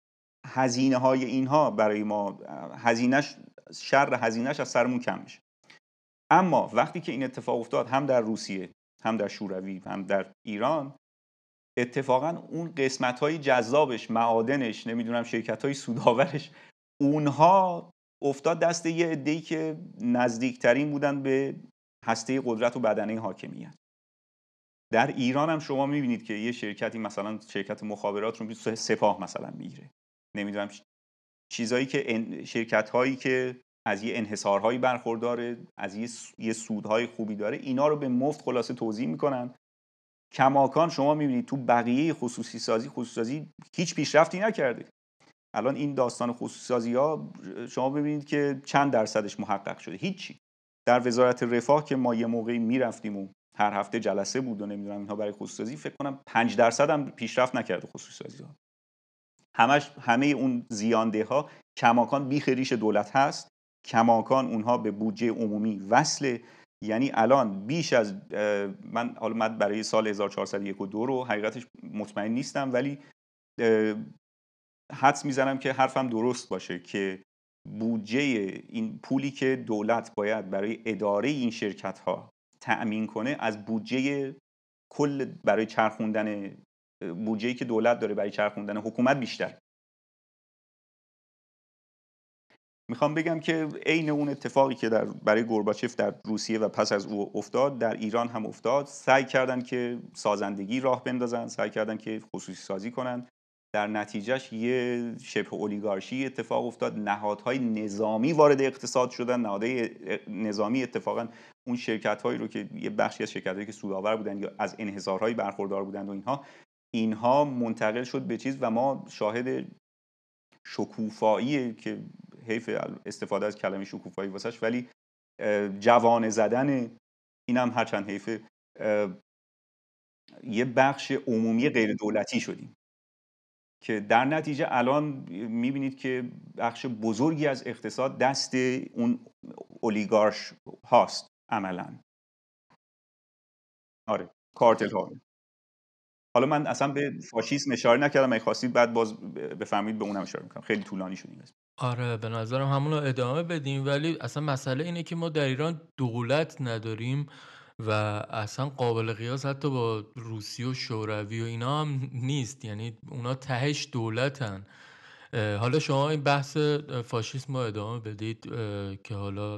هزینه‌های اینها برای ما شر هزینه‌اش از سرمون کم میشه. اما وقتی که این اتفاق افتاد، هم در روسیه، هم در شوروی، هم در ایران، اتفاقا اون قسمت‌های جذابش، معادنش، نمیدونم شرکت‌های سودآورش، اونها افتاد دست یه عده‌ای که نزدیکترین بودن به هسته قدرت و بدنه حاکمیت. در ایران هم شما می‌بینید که یه شرکتی، مثلا شرکت مخابرات رو سپاه مثلا میگیره، نمیدونم چیزایی که شرکت‌هایی که از یه انحصارهایی برخورداره، از یه سودهای خوبی داره، اینا رو به مفت خلاصه توزیع میکنن. کماکان شما میبینید تو بقیه خصوصی سازی هیچ پیشرفتی نکرده. الان این داستان خصوصی سازی ها شما ببینید که چند درصدش محقق شده؟ هیچی. در وزارت رفاه که ما یه موقعی میرفتیم و هر هفته جلسه بود و نمیدونم اینها برای خصوصی سازی، فکر کنم 5% هم پیشرفت نکرده خصوصی سازی ها. همه اون زیانده ها کماکان بیخ ریش دولت هست، کماکان اونها به بودجه عمومی وصله. یعنی الان بیش از من برای سال 1401 و 2 رو حقیقتش مطمئن نیستم، ولی حدس میزنم که حرفم درست باشه که بودجه این پولی که دولت باید برای اداره این شرکت ها تأمین کنه از بودجه کل برای چرخوندن بودجه‌ای که دولت داره برای چرخوندن حکومت بیشتر. میخوام بگم که عین اون اتفاقی که برای گورباچف در روسیه و پس از او افتاد، در ایران هم افتاد. سعی کردن که سازندگی راه بندازن، سعی کردن که خصوصی سازی کنن. در نتیجهش یه شبه اولیگارشی اتفاق افتاد. نهادهای نظامی وارد اقتصاد شدن. نهادهای نظامی اتفاقا اون شرکت‌هایی رو که یه بخشی از شرکت‌هایی که سودآور بودن یا از انحصارهای برخوردار بودند و اینها منتقل شد به چیز و ما شاهد شکوفایی، که حیف استفاده از کلمه شکوفایی واسش، ولی جوانه زدن اینم هرچند حیف، یه بخش عمومی غیر دولتی شدیم که در نتیجه الان میبینید که بخش بزرگی از اقتصاد دست اون اولیگارش هاست عملاً. آره، کارتل ها. حالا من اصلا به فاشیسم اشاره نکردم، اگه خواستید بعد باز بفهمید به اونم اشاره میکنم، خیلی طولانی شد این قسمت. آره به نظرم همون رو ادامه بدیم، ولی اصلا مسئله اینه که ما در ایران دولت نداریم و اصلا قابل قیاس حتی با روسیه و شوروی و اینا هم نیست، یعنی اونا تهش دولتن. حالا شما این بحث فاشیسم رو ادامه بدید که حالا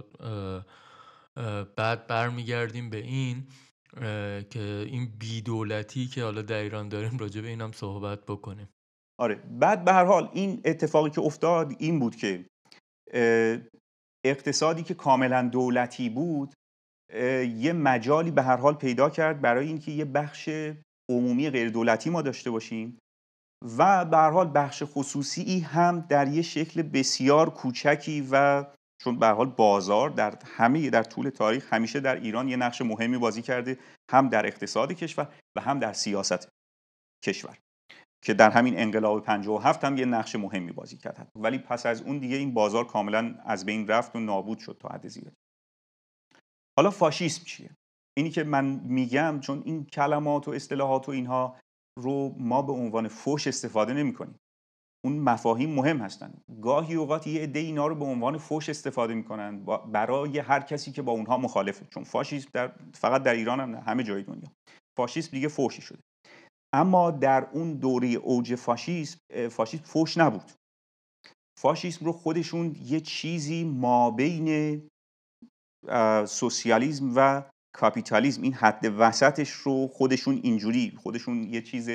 بعد برمیگردیم به این که این بیدولتی که حالا در ایران داریم راجع به اینم صحبت بکنیم. آره، بعد به هر حال این اتفاقی که افتاد این بود که اقتصادی که کاملا دولتی بود یه مجالی به هر حال پیدا کرد برای اینکه یه بخش عمومی غیر دولتی ما داشته باشیم و به هر حال بخش خصوصی هم در یه شکل بسیار کوچکی، و چون به هر حال بازار در طول تاریخ همیشه در ایران یه نقش مهمی بازی کرده، هم در اقتصاد کشور و هم در سیاست کشور، که در همین انقلاب 57 هم یه نقش مهمی بازی کرد. ولی پس از اون دیگه این بازار کاملا از بین رفت و نابود شد تا حد زیادی. حالا فاشیسم چیه؟ اینی که من میگم، چون این کلمات و اصطلاحات و اینها رو ما به عنوان فحش استفاده نمی‌کنیم. اون مفاهیم مهم هستن. گاهی اوقات یه عده اینا رو به عنوان فحش استفاده می‌کنن برای هر کسی که با اونها مخالفه. چون فاشیسم فقط در ایران هم نه، همه جای دنیا فاشیسم دیگه فحشی شده. اما در اون دوره اوج فاشیسم فحش نبود. فاشیسم رو خودشون یه چیزی مابین سوسیالیسم و کاپیتالیسم، این حد وسطش رو خودشون یه چیز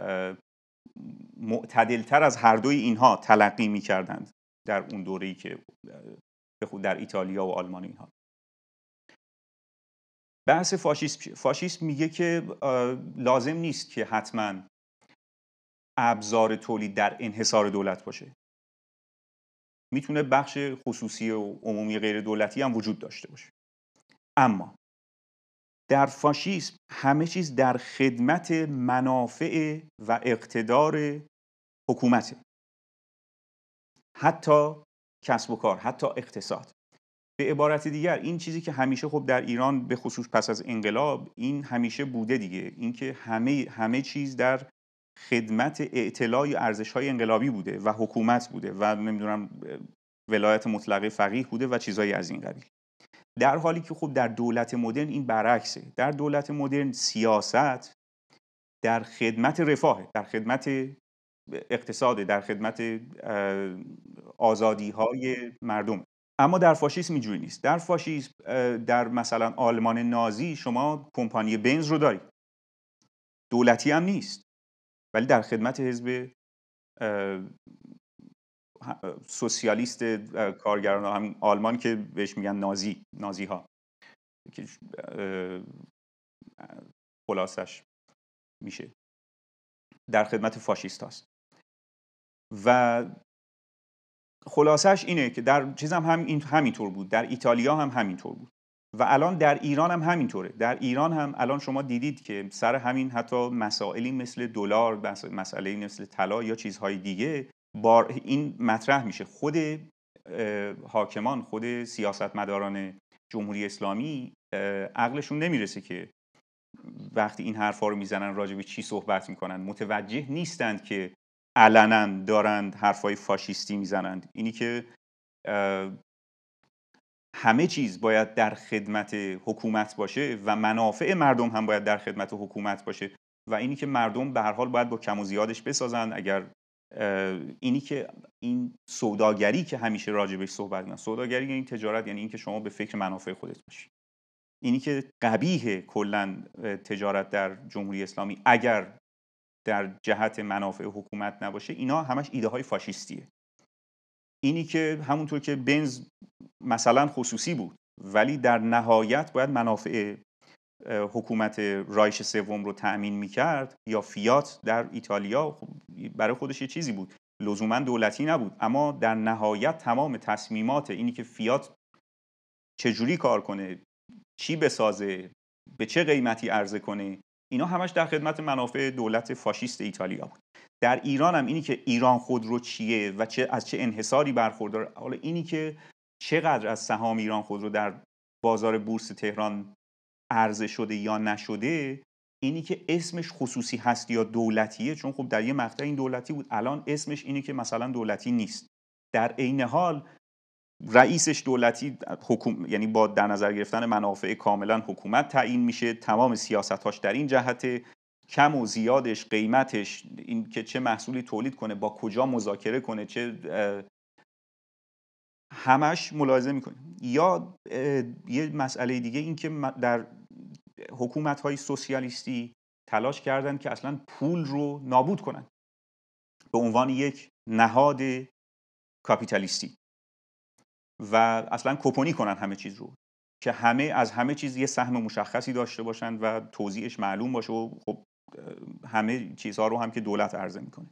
معتدلتر از هر دوی اینها تلقی می‌کردند در اون دوره‌ای که به خود در ایتالیا و آلمان اینها. بحث فاشیسم چیه؟ فاشیسم میگه که لازم نیست که حتما ابزار تولید در انحصار دولت باشه. میتونه بخش خصوصی و عمومی غیر دولتی هم وجود داشته باشه. اما در فاشیسم همه چیز در خدمت منافع و اقتدار حکومته، حتی کسب و کار، حتی اقتصاد. به عبارت دیگر این چیزی که همیشه خب در ایران به خصوص پس از انقلاب این همیشه بوده دیگه، اینکه همه چیز در خدمت اعتلاع ارزش‌های انقلابی بوده و حکومت بوده و نمیدونم ولایت مطلقه فقیه بوده و چیزایی از این قبیل. در حالی که خب در دولت مدرن این برعکسه. در دولت مدرن سیاست در خدمت رفاه، در خدمت اقتصاد، در خدمت آزادی‌های مردم. اما در فاشیسم اینجوری نیست. در فاشیسم در مثلا آلمان نازی شما کمپانی بنز رو دارید، دولتی هم نیست، ولی در خدمت حزب سوسیالیست کارگران همین آلمان که بهش میگن نازی ها که خلاصش میشه در خدمت فاشیست هاست. و خلاصش اینه که در چیز هم همینطور بود، در ایتالیا هم همینطور بود و الان در ایران هم همینطوره. در ایران هم الان شما دیدید که سر همین حتی مسائلی مثل دلار، مسئله مثل طلا یا چیزهای دیگه این مطرح میشه. خود حاکمان، خود سیاستمداران جمهوری اسلامی عقلشون نمیرسه که وقتی این حرفا رو میزنن راجع به چی صحبت میکنن، متوجه نیستند که علنا دارند حرفای فاشیستی میزنند. اینی که همه چیز باید در خدمت حکومت باشه و منافع مردم هم باید در خدمت حکومت باشه و اینی که مردم به هر حال باید با کم و زیادش بسازن. اگر اینی که این سوداگری که همیشه راجبش صحبت می‌کنن، سوداگری یعنی تجارت، یعنی این که شما به فکر منافع خودت باشی. اینی که قبیح کلا تجارت در جمهوری اسلامی اگر در جهت منافع حکومت نباشه، اینا همش ایده های فاشیستیه. اینی که همونطور که بنز مثلا خصوصی بود ولی در نهایت باید منافع حکومت رایش سوم رو تأمین میکرد، یا فیات در ایتالیا برای خودش یه چیزی بود، لزوما دولتی نبود، اما در نهایت تمام تصمیمات اینی که فیات چجوری کار کنه، چی بسازه، به چه قیمتی عرضه کنه، اینا همش در خدمت منافع دولت فاشیست ایتالیا بود. در ایران هم اینی که ایران خودرو چیه و از چه انحصاری برخورداره، حالا اینی که چقدر از سهام ایران خودرو در بازار بورس تهران عرضه شده یا نشده، اینی که اسمش خصوصی هست یا دولتیه، چون خب در یه مقطع این دولتی بود، الان اسمش اینه که مثلا دولتی نیست. در عین حال رئیسش دولتی یعنی با در نظر گرفتن منافع کاملا حکومت تعیین میشه، تمام سیاستاش در این جهت، کم و زیادش، قیمتش، این که چه محصولی تولید کنه، با کجا مذاکره کنه، چه همش ملاحظه میکنه. یا یه مسئله دیگه این که در حکومت‌های سوسیالیستی تلاش کردن که اصلا پول رو نابود کنن به عنوان یک نهاد کاپیتالیستی و اصلا کپونی کنن همه چیز رو، که همه از همه چیز یه سهم مشخصی داشته باشن و توزیعش معلوم باشه و خب همه چیزها رو هم که دولت عرضه میکنه.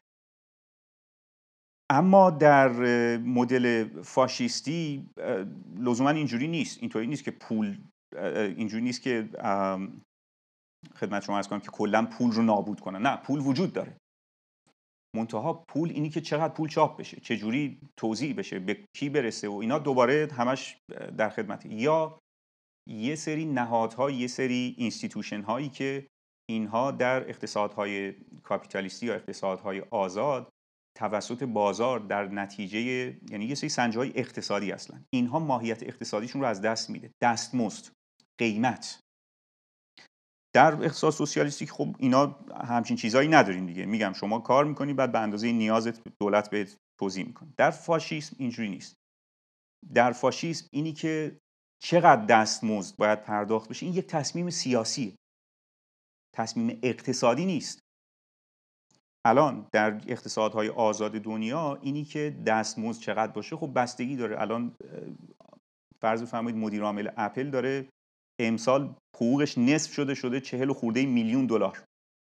اما در مدل فاشیستی لزوما اینجوری نیست. اینطوری نیست که پول، اینجوری نیست که خدمت شما عرض کنم که کلا پول رو نابود کنن. نه، پول وجود داره، منتها پول اینی که چقدر پول چاپ بشه، چه جوری توزیع بشه، به کی برسه و اینا دوباره همش در خدمت. یا یه سری نهادها، یه سری اینستیتوشن هایی که اینها در اقتصادهای کاپیتالیستی یا اقتصادهای آزاد توسط بازار در نتیجه، یعنی یه سری سنجهای اقتصادی اصلا، اینها ماهیت اقتصادیشون رو از دست میده. دستمزد، قیمت. در اقتصاد سوسیالیستی خب اینا همچین چیزایی نداریم دیگه. میگم شما کار میکنی بعد به اندازه نیازت دولت بهت توزیع میکنه. در فاشیسم اینجوری نیست. در فاشیسم اینی که چقدر دستمزد باید پرداخت بشه، این یک تصمیم سیاسیه، تصمیم اقتصادی نیست. الان در اقتصادهای آزاد دنیا اینی که دستمزد چقدر باشه خب بستگی داره. الان فرض بفرمایید مدیر عامل اپل داره امسال حقوقش نصف شده 40 خورده میلیون دلار.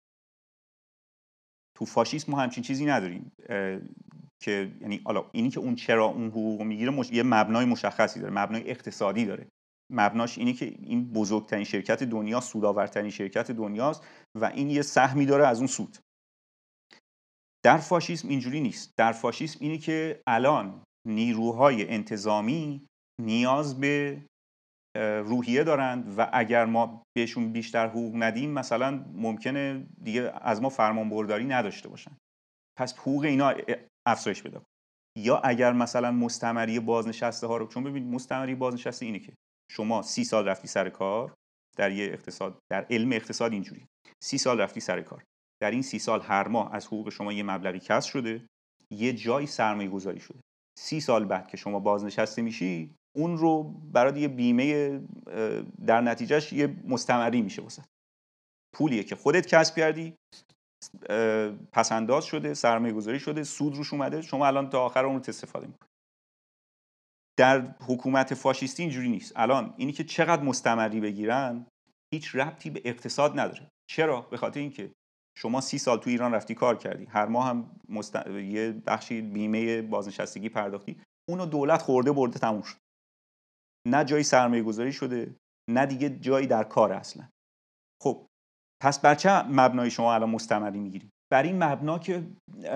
تو فاشیسم ما همچین چیزی نداریم که یعنی حالا اینی که اون چرا اون حقوق میگیره یه مبنای مشخصی داره، مبنای اقتصادی داره. مبناش اینه که این بزرگترین شرکت دنیا، سودآورترین شرکت دنیاست و این یه سهمی داره از اون سود. در فاشیسم اینجوری نیست. در فاشیسم اینه که الان نیروهای انتظامی نیاز به روحیه دارند و اگر ما بهشون بیشتر حقوق ندیم مثلا ممکنه دیگه از ما فرمان برداری نداشته باشن، پس حقوق اینا افزایش پیدا کنه. یا اگر مثلا مستمری بازنشسته ها رو، چون ببین مستمری بازنشسته اینه که شما 30 سال رفتی سر کار، در یه اقتصاد، در علم اقتصاد اینجوری 30 سال رفتی سر کار، در این 30 سال هر ماه از حقوق شما یه مبلغی کسر شده، یه جایی سرمایه گذاری شده. 30 سال بعد که شما بازنشسته میشی اون رو برای یه بیمه در نتیجهش یه مستمری میشه واسه پولیه که خودت کسب کردی، پسنداز شده، سرمایه گذاری شده، سود روش اومده، شما الان تا آخر عمرت استفاده میکنی. در حکومت فاشیستی اینجوری نیست. الان اینی که چقدر مستمری بگیرن هیچ ربطی به اقتصاد نداره. چرا؟ به خاطر اینکه شما 30 سال تو ایران رفتی کار کردی، هر ماه هم یه بخشی بیمه بازنشستگی پرداختی، اونو دولت خورده برده تموم شد. نه جایی سرمایه گذاری شده، نه دیگه جایی در کار اصلا. خب پس بر چه مبنای شما الان مستمری میگیری؟ بر این مبنا که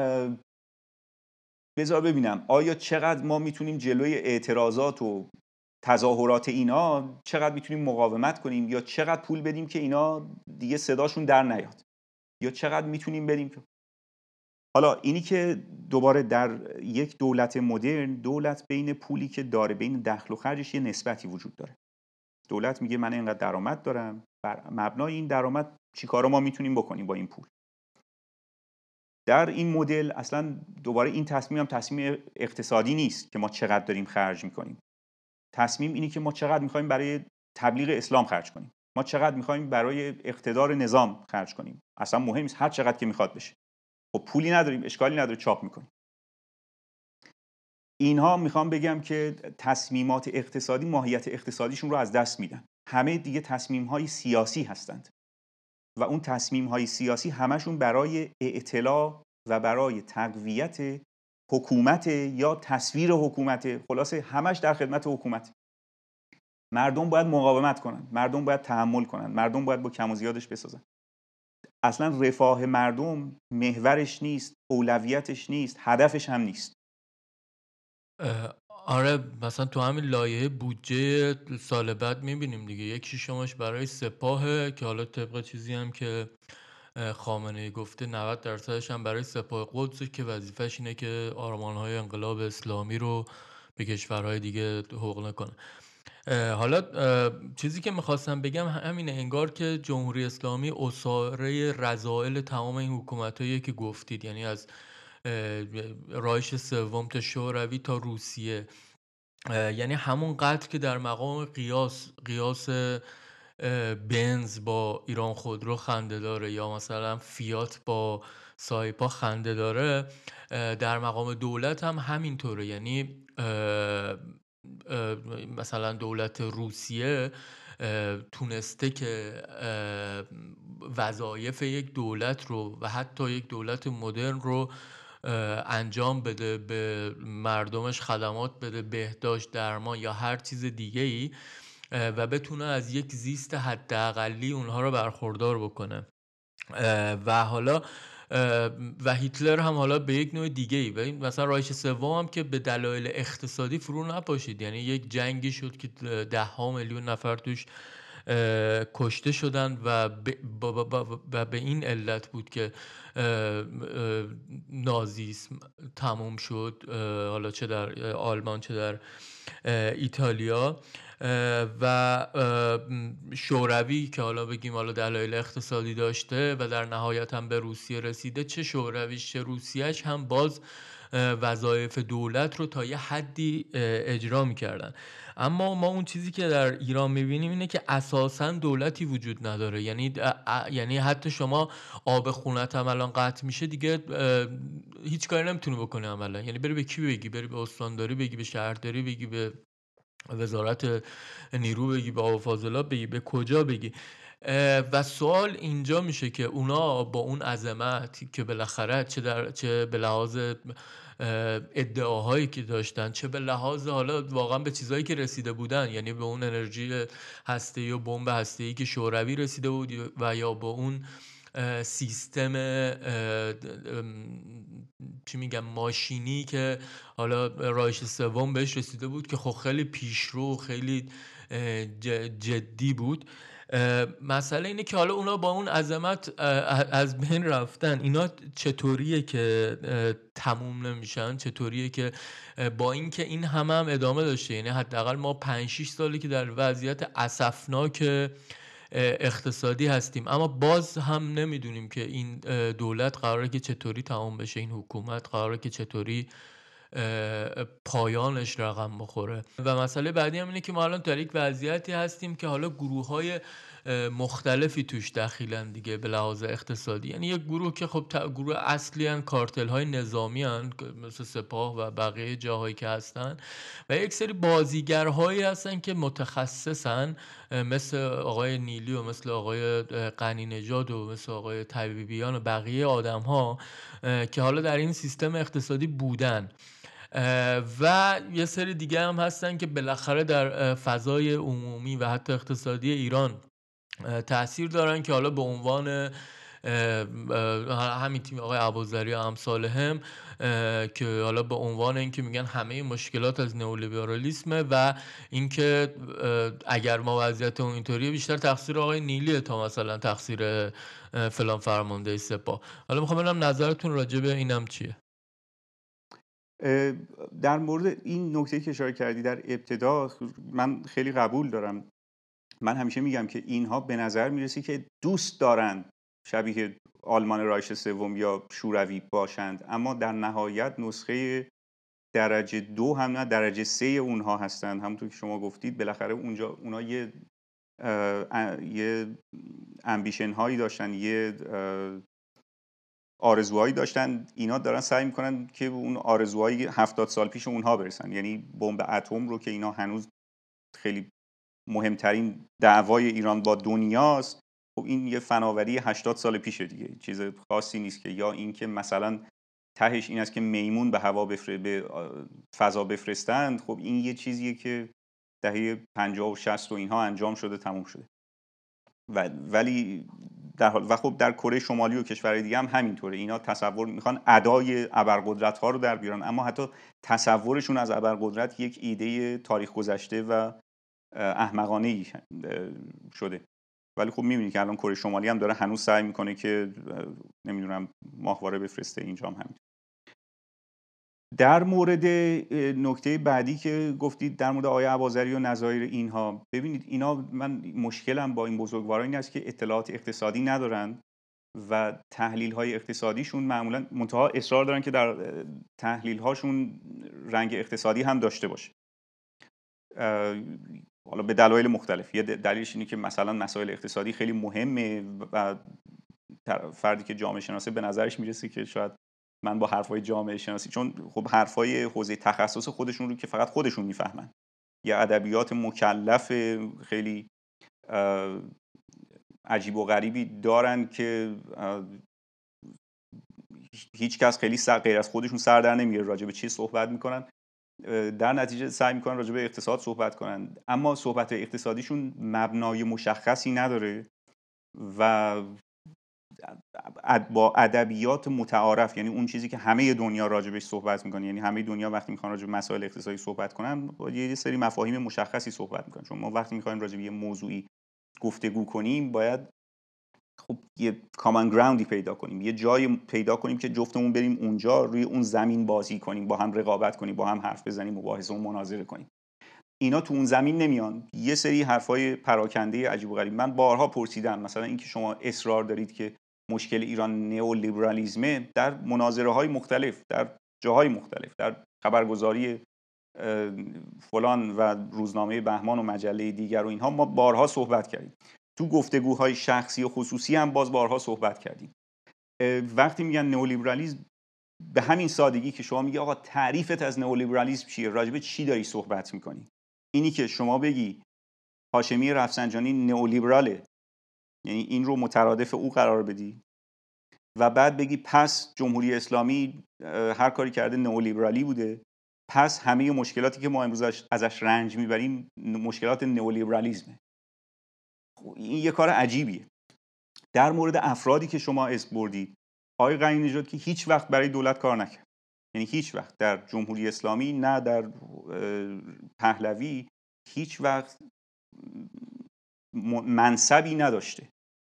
بذار ببینم آیا چقدر ما میتونیم جلوی اعتراضات و تظاهرات اینا چقدر میتونیم مقاومت کنیم، یا چقدر پول بدیم که اینا دیگه صداشون در نیاد، یا چقدر میتونیم بدیم که حالا اینی که دوباره در یک دولت مدرن، دولت بین پولی که داره، بین دخل و خرجش یه نسبتی وجود داره. دولت میگه من اینقدر درآمد دارم، بر مبنای این درآمد چیکارا ما میتونیم بکنیم با این پول. در این مدل اصلا دوباره این تصمیم هم تصمیم اقتصادی نیست که ما چقدر داریم خرج میکنیم. تصمیم اینه که ما چقدر میخوایم برای تبلیغ اسلام خرج کنیم، ما چقدر میخوایم برای اقتدار نظام خرج کنیم. اصلا مهم نیست، هر چقدر که میخواد بشه. خب پولی نداریم، اشکالی نداره، چاپ میکنیم. اینها میخوام بگم که تصمیمات اقتصادی ماهیت اقتصادیشون رو از دست میدن. همه دیگه تصمیم‌های سیاسی هستند و اون تصمیم‌های سیاسی همشون برای اعتلاع و برای تقویت حکومت یا تصویر حکومت، خلاصه همش در خدمت حکومت. مردم باید مقاومت کنن، مردم باید تحمل کنن، مردم باید با کم و زیادش بسازن. اصلا رفاه مردم محورش نیست، اولویتش نیست، هدفش هم نیست. آره مثلا تو همین لایحه بودجه سال بعد میبینیم دیگه 1/6 برای سپاهه که حالا طبق چیزی هم که خامنه‌ای گفته 90% هم برای سپاه قدسه که وظیفش اینه که آرمان‌های انقلاب اسلامی رو به کشورهای دیگه حقوق کنه. حالا چیزی که میخواستم بگم همینه، انگار که جمهوری اسلامی اساره رذائل تمام این حکومتایی که گفتید، یعنی از رایش سوم تا شوروی تا روسیه، یعنی همون قدر که در مقام قیاس بنز با ایران خودرو خنده داره یا مثلا فیات با سایپا خنده داره، در مقام دولت هم همینطوره. یعنی مثلا دولت روسیه تونسته که وظایف یک دولت رو و حتی یک دولت مدرن رو انجام بده، به مردمش خدمات بده، بهداشت، درمان یا هر چیز دیگه ای، و بتونه از یک زیست حداقلی اونها رو برخوردار بکنه. و حالا و هیتلر هم حالا به یک نوع دیگه ای، و این مثلا رایش سوم هم که به دلایل اقتصادی فرو نپاشید، یعنی یک جنگی شد که 10 میلیون نفر توش کشته شدن و به این علت بود که نازیسم تموم شد، حالا چه در آلمان چه در ایتالیا. و شوروی که حالا بگیم حالا دلایل اقتصادی داشته و در نهایت هم به روسیه رسیده، چه شورویش چه روسیهش هم باز وظایف دولت رو تا یه حدی اجرا میکردن. اما ما اون چیزی که در ایران میبینیم اینه که اساساً دولتی وجود نداره. یعنی حتی شما آب خونت هم الان قطع میشه دیگه هیچ کاری نمیتونی بکنی عملا. یعنی بری به کی بگی؟ بری به استانداری بگی، به شهرداری بگی، به وزارت نیرو بگی، به آب و فاضلاب بگی، به کجا بگی؟ و سوال اینجا میشه که اونا با اون عظمت که بالاخره چه به لحاظ ادعاهایی که داشتن، چه به لحاظ حالا واقعا به چیزایی که رسیده بودن، یعنی به اون انرژی هسته‌ای و بمب هسته‌ای که شوروی رسیده بود و یا به اون سیستم چی میگم ماشینی که حالا رایش سوم بهش رسیده بود که خب خیلی پیشرو، خیلی جدی بود. مسئله اینه که حالا اونا با اون عظمت از بین رفتن. اینا چطوریه که تموم نمیشن؟ چطوریه که با اینکه این هم ادامه داشته، یعنی حداقل ما 5-6 سالی که در وضعیت اسفناک اقتصادی هستیم، اما باز هم نمیدونیم که این دولت قراره که چطوری تمام بشه، این حکومت قراره که چطوری پایانش رقم بخوره. و مسئله بعدی هم اینه که ما الان در یک وضعیتی هستیم که حالا گروه‌های مختلفی توش دخیلن دیگه به لحاظ اقتصادی. یعنی یک گروه که خب گروه اصلی هن، کارتل‌های نظامی هن مثل سپاه و بقیه جاهایی که هستن، و یک سری بازیگرهایی هستن که متخصصن مثل آقای نیلی و مثل آقای غنی نژاد و مثل آقای طبیبیان و بقیه آدم‌ها که حالا در این سیستم اقتصادی بودن، و یه سری دیگه هم هستن که بالاخره در فضای عمومی و حتی اقتصادی ایران تأثیر دارن که حالا به عنوان همین تیم آقای ابوذری و امثالهم که حالا به عنوان اینکه میگن همه مشکلات از نئولیبرالیسمه و اینکه اگر ما وضعیت اون اینطوریه بیشتر تقصیر آقای نیلیه تا مثلا تقصیر فلان فرمانده سپاه. حالا میخوام ببینم نظرتون راجع به اینم چیه؟ در مورد این نکته که اشاره کردی در ابتدا من خیلی قبول دارم. من همیشه میگم که اینها به نظر میرسه که دوست دارن شبیه آلمان رایش سوم یا شوروی باشند، اما در نهایت نسخه درجه 2 هم نه درجه 3 اونها هستند. همونطور که شما گفتید بالاخره اونجا اونا یه امبیشن هایی داشتن، یه آرزوهایی داشتن. اینا دارن سعی میکنن که اون آرزوهای 70 سال پیش اونها برسن، یعنی بمب اتم رو که اینا هنوز خیلی مهمترین دعوای ایران با دنیاست. خب این یه فناوری 80 سال پیشه دیگه، چیز خاصی نیست که یا این که مثلا تهش این است که میمون به هوا به فضا بفرستند. خب این یه چیزیه که دهه 50 و 60 و اینها انجام شده، تموم شده. ولی در حال و خب در کره شمالی و کشورهای دیگه هم همینطوره. اینا تصور میخوان ادای ابرقدرت ها رو در بیارن، اما حتی تصورشون از ابرقدرت یک ایده تاریخ گذشته و احمقانه ای شده. ولی خب میبینید که الان کره شمالی هم داره هنوز سعی میکنه که نمیدونم ماهواره بفرسته، اینجا هم همین. در مورد نکته بعدی که گفتید در مورد آقای ابوذری و نظایر اینها، ببینید اینا من مشکلم با این بزرگواران این است که اطلاعات اقتصادی ندارن و تحلیل های اقتصادیشون معمولا منتها اصرار دارن که در تحلیل هاشون رنگ اقتصادی هم داشته باشه. حالا به دلایل مختلف. یه دلیلش اینه که مثلا مسائل اقتصادی خیلی مهمه و فردی که جامعه شناسه به نظرش میرسه که شاید من با حرفای جامعه شناسی، چون خب حرفای حوزه تخصص خودشون رو که فقط خودشون میفهمن، یا ادبیات مکلف خیلی عجیب و غریبی دارن که هیچ کس خیلی غیر از خودشون سر در نمیاره راجع به چی صحبت میکنن. در نتیجه سعی میکنن راجع به اقتصاد صحبت کنن، اما صحبت اقتصادیشون مبنای مشخصی نداره و با ادبیات متعارف، یعنی اون چیزی که همه دنیا راجبش صحبت میکنه، یعنی همه دنیا وقتی میخوان راجع به مسائل اقتصادی صحبت کنن با یه سری مفاهیم مشخصی صحبت میکنن. چون ما وقتی میخوایم راجع به یه موضوعی گفتگو کنیم باید خب یه کامن گراوندی پیدا کنیم، یه جایی پیدا کنیم که جفتمون بریم اونجا روی اون زمین بازی کنیم، با هم رقابت کنیم، با هم حرف بزنیم، مباحثه و مناظره کنیم. اینا تو اون زمین نمیان. یه سری حرفای پراکنده عجیب و غریب. من بارها پرسیدم مثلا اینکه شما اصرار دارید که مشکل ایران نئولیبرالیسمه، در مناظره‌های مختلف، در جاهای مختلف، در خبرگزاری فلان و روزنامه بهمان و مجله دیگر و اینها ما بارها صحبت کردیم. تو گفتگوهای شخصی و خصوصی هم باز بارها صحبت کردیم. وقتی میگن نئولیبرالیسم به همین سادگی که شما میگی آقا تعریفت از نئولیبرالیسم چیه، راجب چی داری صحبت میکنی؟ اینی که شما بگی هاشمی رفسنجانی نئولیبراله، یعنی این رو مترادف او قرار بدی و بعد بگی پس جمهوری اسلامی هر کاری کرده نئولیبرالی بوده، پس همه مشکلاتی که ما امروز ازش رنج میبریم مشکلات نئولیبرالیسمه. این یه کار عجیبیه. در مورد افرادی که شما اسم بردید، آقای غنی نژاد که هیچ وقت برای دولت کار نکرد، یعنی هیچ وقت در جمهوری اسلامی نه در پهلوی هیچ وقت منصبی نداشته.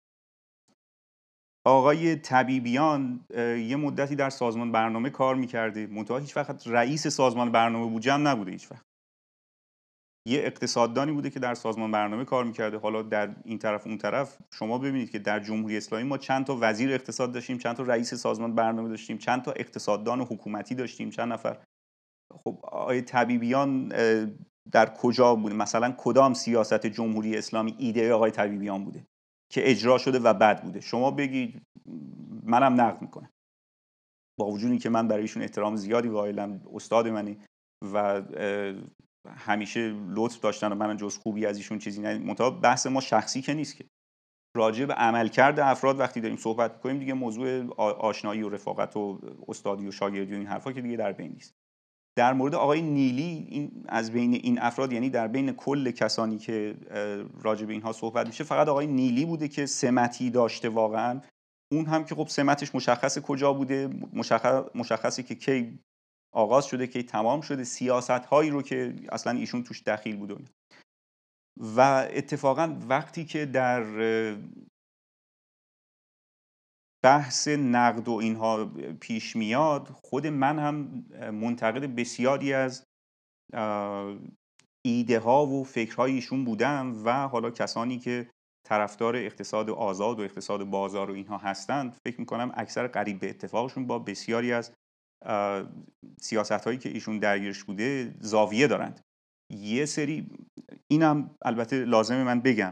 آقای طبیبیان یه مدتی در سازمان برنامه کار میکرده، منتها هیچ وقت رئیس سازمان برنامه بودجه هم نبوده. هیچ وقت یه اقتصاددانی بوده که در سازمان برنامه کار میکرده. حالا در این طرف اون طرف شما ببینید که در جمهوری اسلامی ما چند تا وزیر اقتصاد داشتیم، چند تا رئیس سازمان برنامه داشتیم، چند تا اقتصاددان حکومتی داشتیم، چند نفر. خب آقای طبیبیان در کجا بوده؟ مثلا کدام سیاست جمهوری اسلامی ایده آقای طبیبیان بوده که اجرا شده و بد بوده؟ شما بگید، منم نقد میکنم، با وجود اینکه من برایشون احترام زیادی قائلم، استاد منی و همیشه لطف داشتن و من جز خوبی از ایشون چیزی ندیدم. منتها بحث ما شخصی که نیست، که راجع به عملکرد افراد وقتی داریم صحبت می‌کنیم دیگه موضوع آشنایی و رفاقت و استادی و شاگردی و این حرفا که دیگه در بین نیست. در مورد آقای نیلی، این از بین این افراد، یعنی در بین کل کسانی که راجع به اینها صحبت میشه، فقط آقای نیلی بوده که سمتی داشته واقعا. اون هم که خب سمتش مشخصه کجا بوده، مشخصه که کی آغاز شده کی تمام شده، سیاست هایی رو که اصلا ایشون توش دخیل بوده. و اتفاقا وقتی که در بحث نقد و اینها پیش میاد، خود من هم منتقد بسیاری از ایده ها و فکرهای ایشون بودم و حالا کسانی که طرفدار اقتصاد آزاد و اقتصاد بازار و اینها هستند، فکر میکنم اکثر قریب به اتفاقشون با بسیاری از سیاست هایی که ایشون درگیرش بوده زاویه دارند. یه سری اینم البته لازمه من بگم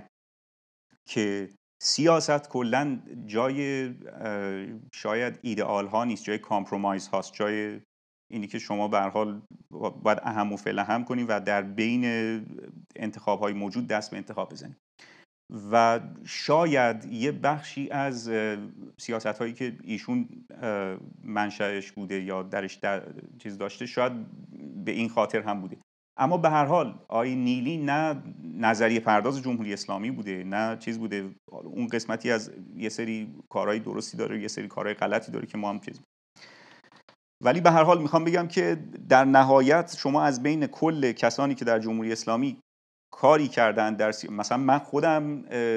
که سیاست کلا جای شاید ایدئال ها نیست، جای کامپرومایز هاست، جای اینی که شما به هر حال باید اهم و فلاهم کنید و در بین انتخاب های موجود دست به انتخاب بزنید. و شاید یه بخشی از سیاست هایی که ایشون منشأش بوده یا درش چیز داشته شاید به این خاطر هم بوده. اما به هر حال آقای نیلی نه نظریه پرداز جمهوری اسلامی بوده، نه چیز بوده. اون قسمتی از یه سری کارهای درستی داره، یه سری کارهای غلطی داره که ما هم چیز. ولی به هر حال میخوام بگم که در نهایت شما از بین کل کسانی که در جمهوری اسلامی کاری کردن، مثلا من خودم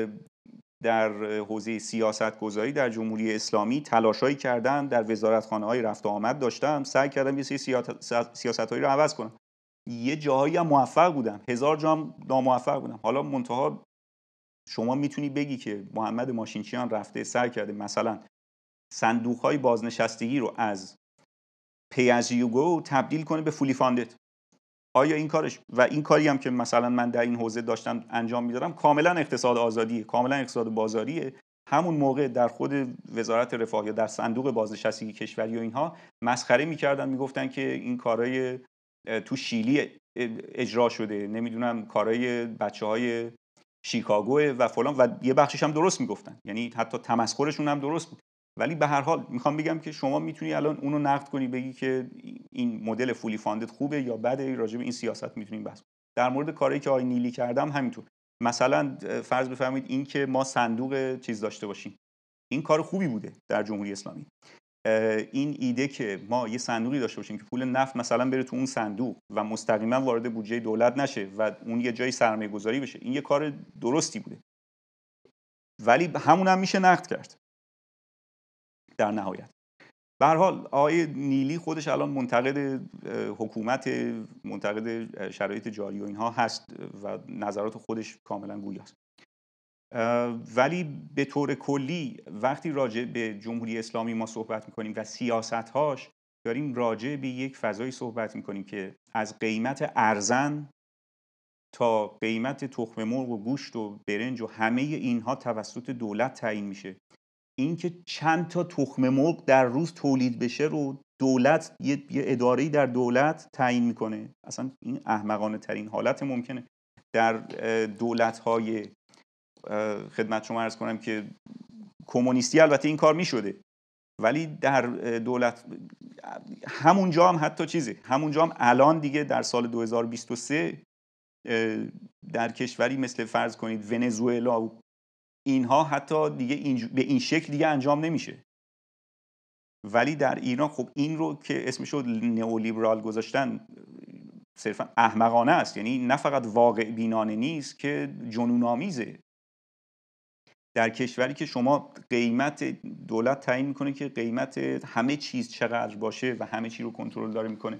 در حوزه سیاست گذاری در جمهوری اسلامی تلاشایی کردن، در وزارتخانه‌های رفت و آمد داشتم، سعی کردم یه سری سیاست‌هایی رو عوض کنم. یه جاهایی هم موفق بودم، 1000 جا هم ناموفق بودم. حالا منتها شما میتونی بگی که محمد ماشینچیان رفته سعی کرده مثلا صندوق‌های بازنشستگی رو از پی از یو گو تبدیل کنه به فولی فاندد. آیا این کارش و این کاری هم که مثلا من در این حوزه داشتم انجام میدادم کاملا اقتصاد آزادیه، کاملا اقتصاد بازاریه. همون موقع در خود وزارت رفاه یا در صندوق بازنشستگی کشوری و اینها مسخره میکردن، میگفتن که این کارهای تو شیلی اجرا شده، نمیدونم کارهای بچه‌های شیکاگو و فلان، و یه بخشش هم درست میگفتن، یعنی حتی تمسخرشون هم درست بود. ولی به هر حال میخوام بگم که شما میتونی الان اونو نقد کنی، بگی که این مدل فولی فاندد خوبه یا بده، راجع به این سیاست میتونیم بحث کنیم. در مورد کاری که آقای نیلی کردم همینطور. مثلا فرض بفرمایید این که ما صندوق چیز داشته باشیم، این کار خوبی بوده در جمهوری اسلامی. این ایده که ما یه صندوقی داشته باشیم که پول نفت مثلا بره تو اون صندوق و مستقیما وارد بودجه دولت نشه و اون یه جای سرمایه گذاری بشه، این یه کار درستی بوده. ولی همون هم میشه نقد کرد در نهایت. به هر حال آقای نیلی خودش الان منتقد حکومت، منتقد شرایط جاری و اینها هست و نظرات خودش کاملا گویاست. ولی به طور کلی وقتی راجع به جمهوری اسلامی ما صحبت میکنیم و سیاست‌هاش، داریم راجع به یک فضایی صحبت میکنیم که از قیمت ارزن تا قیمت تخم مرغ و گوشت و برنج و همه اینها توسط دولت تعیین میشه. اینکه چند تا تخم مرغ در روز تولید بشه رو دولت، یه اداره‌ای در دولت تعیین میکنه. اصلا این احمقانه ترین حالت ممکنه. در دولت‌های خدمت شما عرض کنم که کمونیستی البته این کار میشده، ولی در دولت همونجا هم حتی چیزه، همونجا هم الان دیگه در سال 2023 در کشوری مثل فرض کنید ونزوئلا اینها حتی دیگه به این شکل دیگه انجام نمیشه. ولی در ایران خب این رو که اسمش رو نئولیبرال گذاشتن صرفا احمقانه است. یعنی نه فقط واقع بینانه نیست که جنون آمیزه. در کشوری که شما قیمت دولت تعیین میکنه که قیمت همه چیز چقدر باشه و همه چی رو کنترل داره میکنه،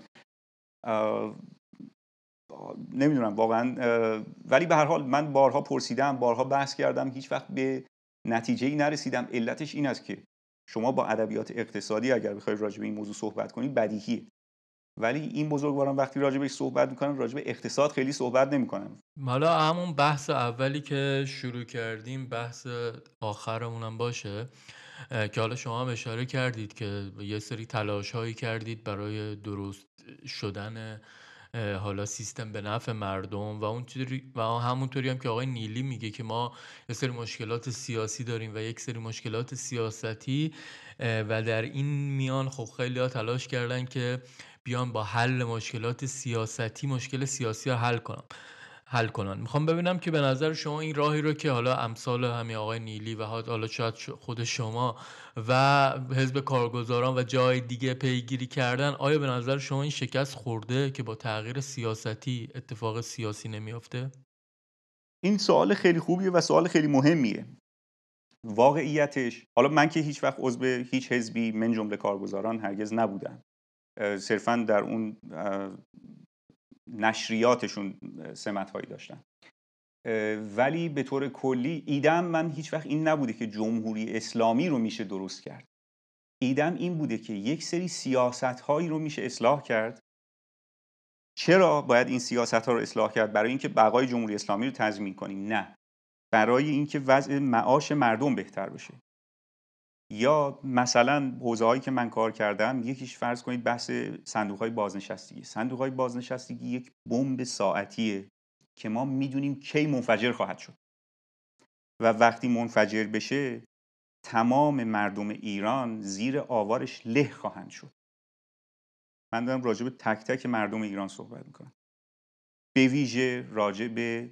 نمیدونم واقعا. ولی به هر حال من بارها پرسیدم، بارها بحث کردم، هیچ وقت به نتیجه‌ای نرسیدم. علتش این است که شما با ادبیات اقتصادی اگر بخواید راجع به این موضوع صحبت کنید بدیهیه، ولی این بزرگواران وقتی راجع بهش صحبت میکنن راجع به اقتصاد خیلی صحبت نمیکنن. حالا همون بحث اولی که شروع کردیم، بحث آخرمونم باشه، که حالا شما هم اشاره کردید که یه سری تلاش هایی کردید برای درست شدن حالا سیستم به نفع مردم و همونطوری هم که آقای نیلی میگه که ما یه سری مشکلات سیاسی داریم و یک سری مشکلات سیاستی، و در این میان خب خیلی ها تلاش کردن که بیان با حل مشکلات سیاستی مشکل سیاسی رو حل کنن. میخوام ببینم که به نظر شما این راهی رو که حالا امثال همین آقای نیلی و حالا شاید خود شما و حزب کارگزاران و جای دیگه پیگیری کردن، آیا به نظر شما این شکست خورده که با تغییر سیاستی اتفاق سیاسی نمیافته؟ این سوال خیلی خوبیه و سوال خیلی مهمیه. واقعیتش، حالا من که هیچ وقت عضو هیچ حزبی من جمله کارگزاران هرگز نبودم، صرفا در اون نشریاتشون سمت‌هایی داشتن، ولی به طور کلی ایدم من هیچ وقت این نبوده که جمهوری اسلامی رو میشه درست کرد. ایدم این بوده که یک سری سیاست‌هایی رو میشه اصلاح کرد. چرا باید این سیاست‌ها رو اصلاح کرد؟ برای اینکه بقای جمهوری اسلامی رو تضمین کنیم؟ نه، برای اینکه وضع معاش مردم بهتر بشه. یا مثلا حوزه‌هایی که من کار کردم، یکیش فرض کنید بحث صندوق‌های بازنشستگی. صندوق‌های بازنشستگی یک بمب ساعتیه که ما میدونیم کی منفجر خواهد شد و وقتی منفجر بشه تمام مردم ایران زیر آوارش له خواهند شد. من دارم راجع به تک تک مردم ایران صحبت میکنم، به ویژه راجع به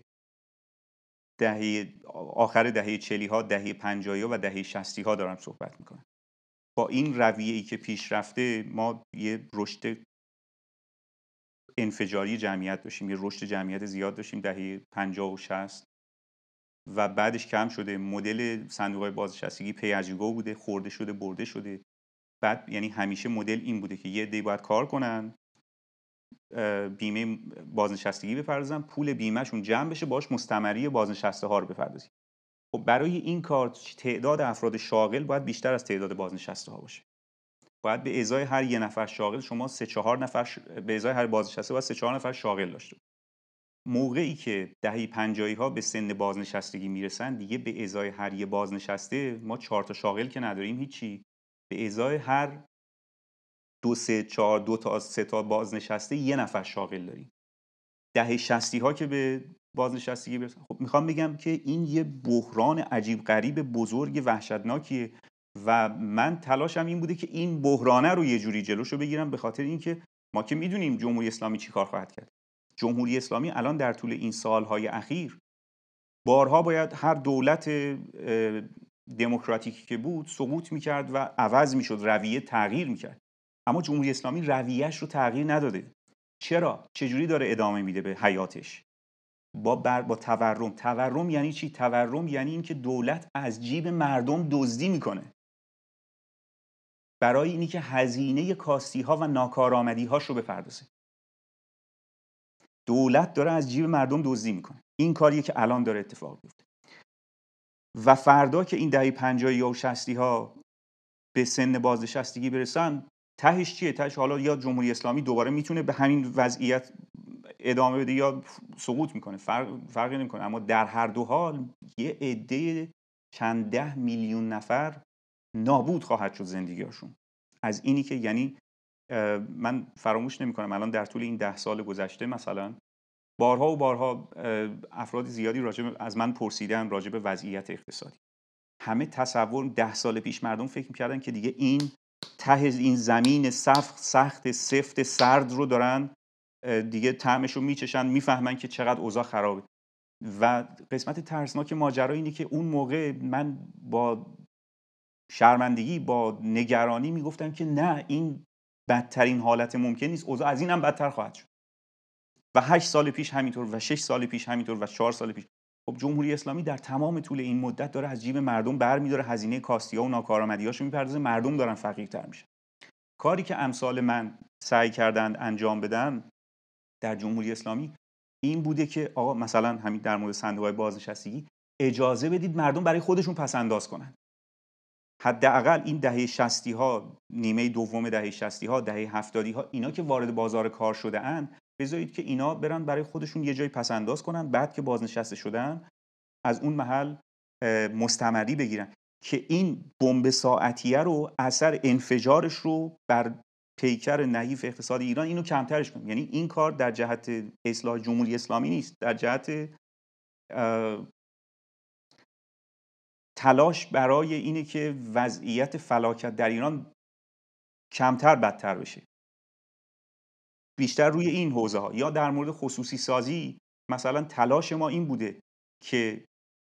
آخر دهه 40 ها، دهه 50 ها و دهه 60 ها دارم صحبت میکنم. با این رویه‌ای که پیش رفته ما یه رشد انفجاری جمعیت داشتیم، یه رشد جمعیت زیاد داشتیم دهه 50 و 60 و بعدش کم شده. مدل صندوق‌های بازنشستگی پی از یو گو بوده، خورده شده برده شده. بعد یعنی همیشه مدل این بوده که یه عده‌ای باید کار کنن، بیمه بازنشستگی بپردازن، پول بیمهشون جمع بشه باش مستمری بازنشسته ها رو بپردازیم. خب برای این کار تعداد افراد شاغل باید بیشتر از تعداد بازنشسته ها باشه. باید به ازای هر یه نفر شاغل شما 3-4 نفر به ازای هر بازنشسته باید 3-4 نفر شاغل داشته. موقعی که دهه 50 ها به سن بازنشستگی میرسن دیگه به ازای هر یه بازنشسته ما 4 تا شاغل که نداریم هیچی، به ازای هر 2 تا 3 تا بازنشسته یه نفر شاغل داریم. دهه 60 ها که به بازنشستگی برسن، خب میخوام بگم که این یه بحران عجیب غریب بزرگ وحشتناکیه و من تلاشم این بوده که این بحرانه رو یه جوری جلوشو بگیرم، به خاطر اینکه ما که میدونیم جمهوری اسلامی چی کار خواهد کرد. جمهوری اسلامی الان در طول این سالهای اخیر بارها باید هر دولت دموکراتیکی که بود سقوط میکرد و عوض میشد، رویه تغییر میکرد، اما جمهوری اسلامی رویهش رو تغییر نداده. چرا؟ چجوری داره ادامه میده به حیاتش؟ با تورم یعنی چی؟ تورم یعنی اینکه دولت از جیب مردم دزدی میکنه برای اینی که هزینه کاستی ها و ناکارآمدی هاش رو بپردازه. دولت داره از جیب مردم دزدی میکنه. این کاریه که الان داره اتفاق میفته و فردا که این دهه 50 یا 60 ها به سن بازنشستگی برسن، تهش چیه؟ تهش حالا یا جمهوری اسلامی دوباره میتونه به همین وضعیت ادامه بده یا سقوط میکنه، فرقی نمیکنه، اما در هر دو حال یه عده چند 10 میلیون نفر نابود خواهد شد زندگیشون. از اینی که یعنی من فراموش نمیکنم الان در طول این 10 سال گذشته مثلا بارها و بارها افراد زیادی از من پرسیدن راجع به وضعیت اقتصادی. همه تصور 10 سال پیش مردم فکر میکردن که دیگه این ته این زمین سخت سفت سرد رو دارن دیگه طعمش رو میچشن، میفهمن که چقدر اوضاع خرابه. و قسمت ترسناک ماجرا اینه که اون موقع من با شرمندگی، با نگرانی میگفتم که نه، این بدترین حالت ممکن نیست، اوضاع از اینم بدتر خواهد شد. و 8 سال پیش همینطور و 6 سال پیش همینطور و 4 سال پیش. خب جمهوری اسلامی در تمام طول این مدت داره از جیب مردم برمی‌داره، هزینه کاستی‌ها و ناکارآمدی‌هاشو میپردازه، مردم دارن فقیرتر میشن. کاری که امثال من سعی کردند انجام بدن در جمهوری اسلامی این بوده که آقا مثلا همین در مورد صندوق‌های بازنشستگی اجازه بدید مردم برای خودشون پس‌انداز کنن. حداقل این دهه 60 ها، نیمه دوم دهه 60 ها، دهه 70 ها، اینا که وارد بازار کار شده اند، بذارید که اینا برن برای خودشون یه جای پس‌انداز کنن، بعد که بازنشسته شدن از اون محل مستمری بگیرن که این بمب ساعتیه رو، اثر انفجارش رو بر پیکر نحیف اقتصاد ایران اینو کمترش کنیم. یعنی این کار در جهت اصلاح جمهوری اسلامی نیست، در جهت تلاش برای اینه که وضعیت فلاکت در ایران کمتر بدتر بشه. بیشتر روی این حوزه ها. یا در مورد خصوصی سازی مثلا تلاش ما این بوده که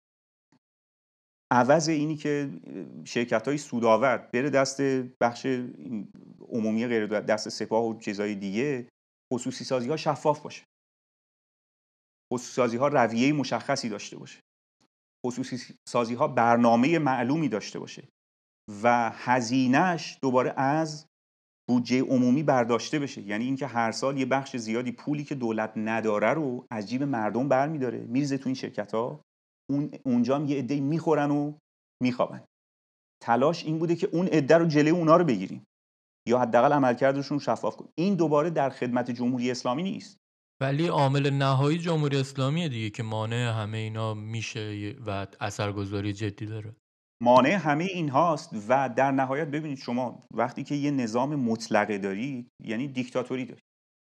عوض اینی که شرکت‌های سودآور بره دست بخش عمومی غیر دست سپاه و چیزای دیگه، خصوصی سازی ها شفاف باشه. خصوصی سازی ها رویه مشخصی داشته باشه. خصوصی سازی ها برنامه معلومی داشته باشه و هزینه‌اش دوباره از بودجه عمومی برداشته بشه. یعنی اینکه هر سال یه بخش زیادی پولی که دولت نداره رو از جیب مردم برمی‌داره میریزه تو این شرکت‌ها، اونجا هم یه عده‌ای میخورن و میخوابن. تلاش این بوده که اون عده رو جلوی اونا رو بگیریم یا حداقل عملکردشون شفاف کنیم. این دوباره در خدمت جمهوری اسلامی نیست. ولی عامل نهایی جمهوری اسلامیه دیگه که مانع همه اینا میشه و اثرگذاری جدی داره. مانع همه این هاست و در نهایت ببینید شما وقتی که یه نظام مطلقه دارید یعنی دیکتاتوری دارید.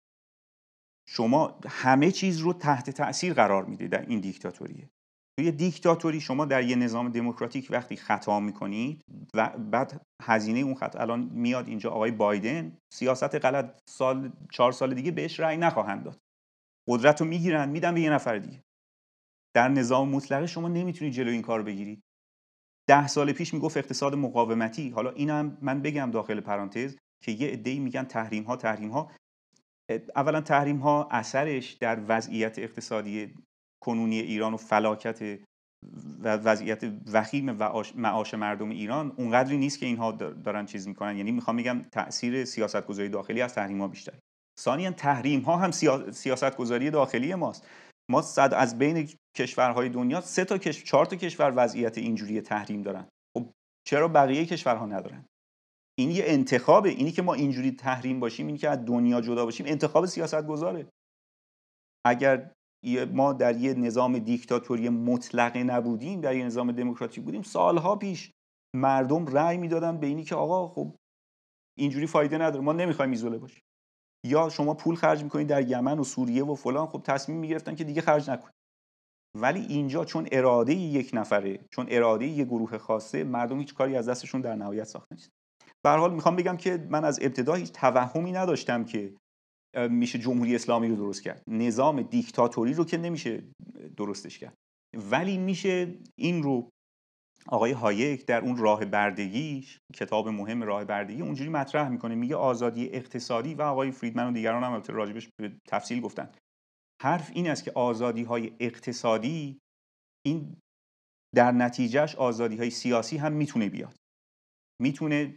شما همه چیز رو تحت تأثیر قرار میدید در این دیکتاتوریه. توی دیکتاتوری شما در یه نظام دموکراتیک وقتی خطا میکنید و بعد هزینه اون خطا، الان میاد اینجا آقای بایدن سیاست غلط، 4 سال دیگه بهش رأی نخواهند داد، قدرت رو میگیرن میدن به یه نفر دیگه. در نظام مطلقه شما نمیتونید جلوی این کار بگیرید. 10 سال پیش میگفت اقتصاد مقاومتی. حالا اینم من بگم داخل پرانتز که یه عده‌ای میگن تحریم ها. اولا تحریم ها اثرش در وضعیت اقتصادی کنونی ایران و فلاکت و وضعیت وخیم معاش مردم ایران اونقدری نیست که اینها دارن چیز میکنن. یعنی میخوام بگم تأثیر سیاستگذاری داخلی از تحریم ها بیشتره. ثانیاً تحریم ها هم سیاستگذاری داخلی ماست. ما از بین کشورهای دنیا 4 تا کشور وضعیت اینجوری تحریم دارن. خب چرا بقیه کشورها ندارن؟ این یه انتخابه. اینی که ما اینجوری تحریم باشیم، اینی که از دنیا جدا باشیم، انتخاب سیاستگزاره. اگر ما در یه نظام دیکتاتوری مطلقه نبودیم، در یه نظام دموکراتیک بودیم، سالها پیش مردم رأی میدادن به اینی که آقا خب اینجوری فایده نداره، ما نمیخوایم ایزوله باشیم. یا شما پول خرج میکنید در یمن و سوریه و فلان، خب تصمیم میگرفتن که دیگه خرج نکنید. ولی اینجا چون اراده یک نفره، چون اراده یک گروه خاصه، مردم هیچ کاری از دستشون در نهایت ساخته نیست. به هر حال میخوام بگم که من از ابتدا هیچ توهمی نداشتم که میشه جمهوری اسلامی رو درست کرد. نظام دیکتاتوری رو که نمیشه درستش کرد، ولی میشه این رو آقای هایک در اون راه بردگیش، کتاب مهم راه بردگی، اونجوری مطرح میکنه. میگه آزادی اقتصادی، و آقای فریدمن و دیگران هم البته راجبش به تفصیل گفتن، حرف این است که آزادی های اقتصادی این در نتیجهش آزادی های سیاسی هم میتونه بیاد. میتونه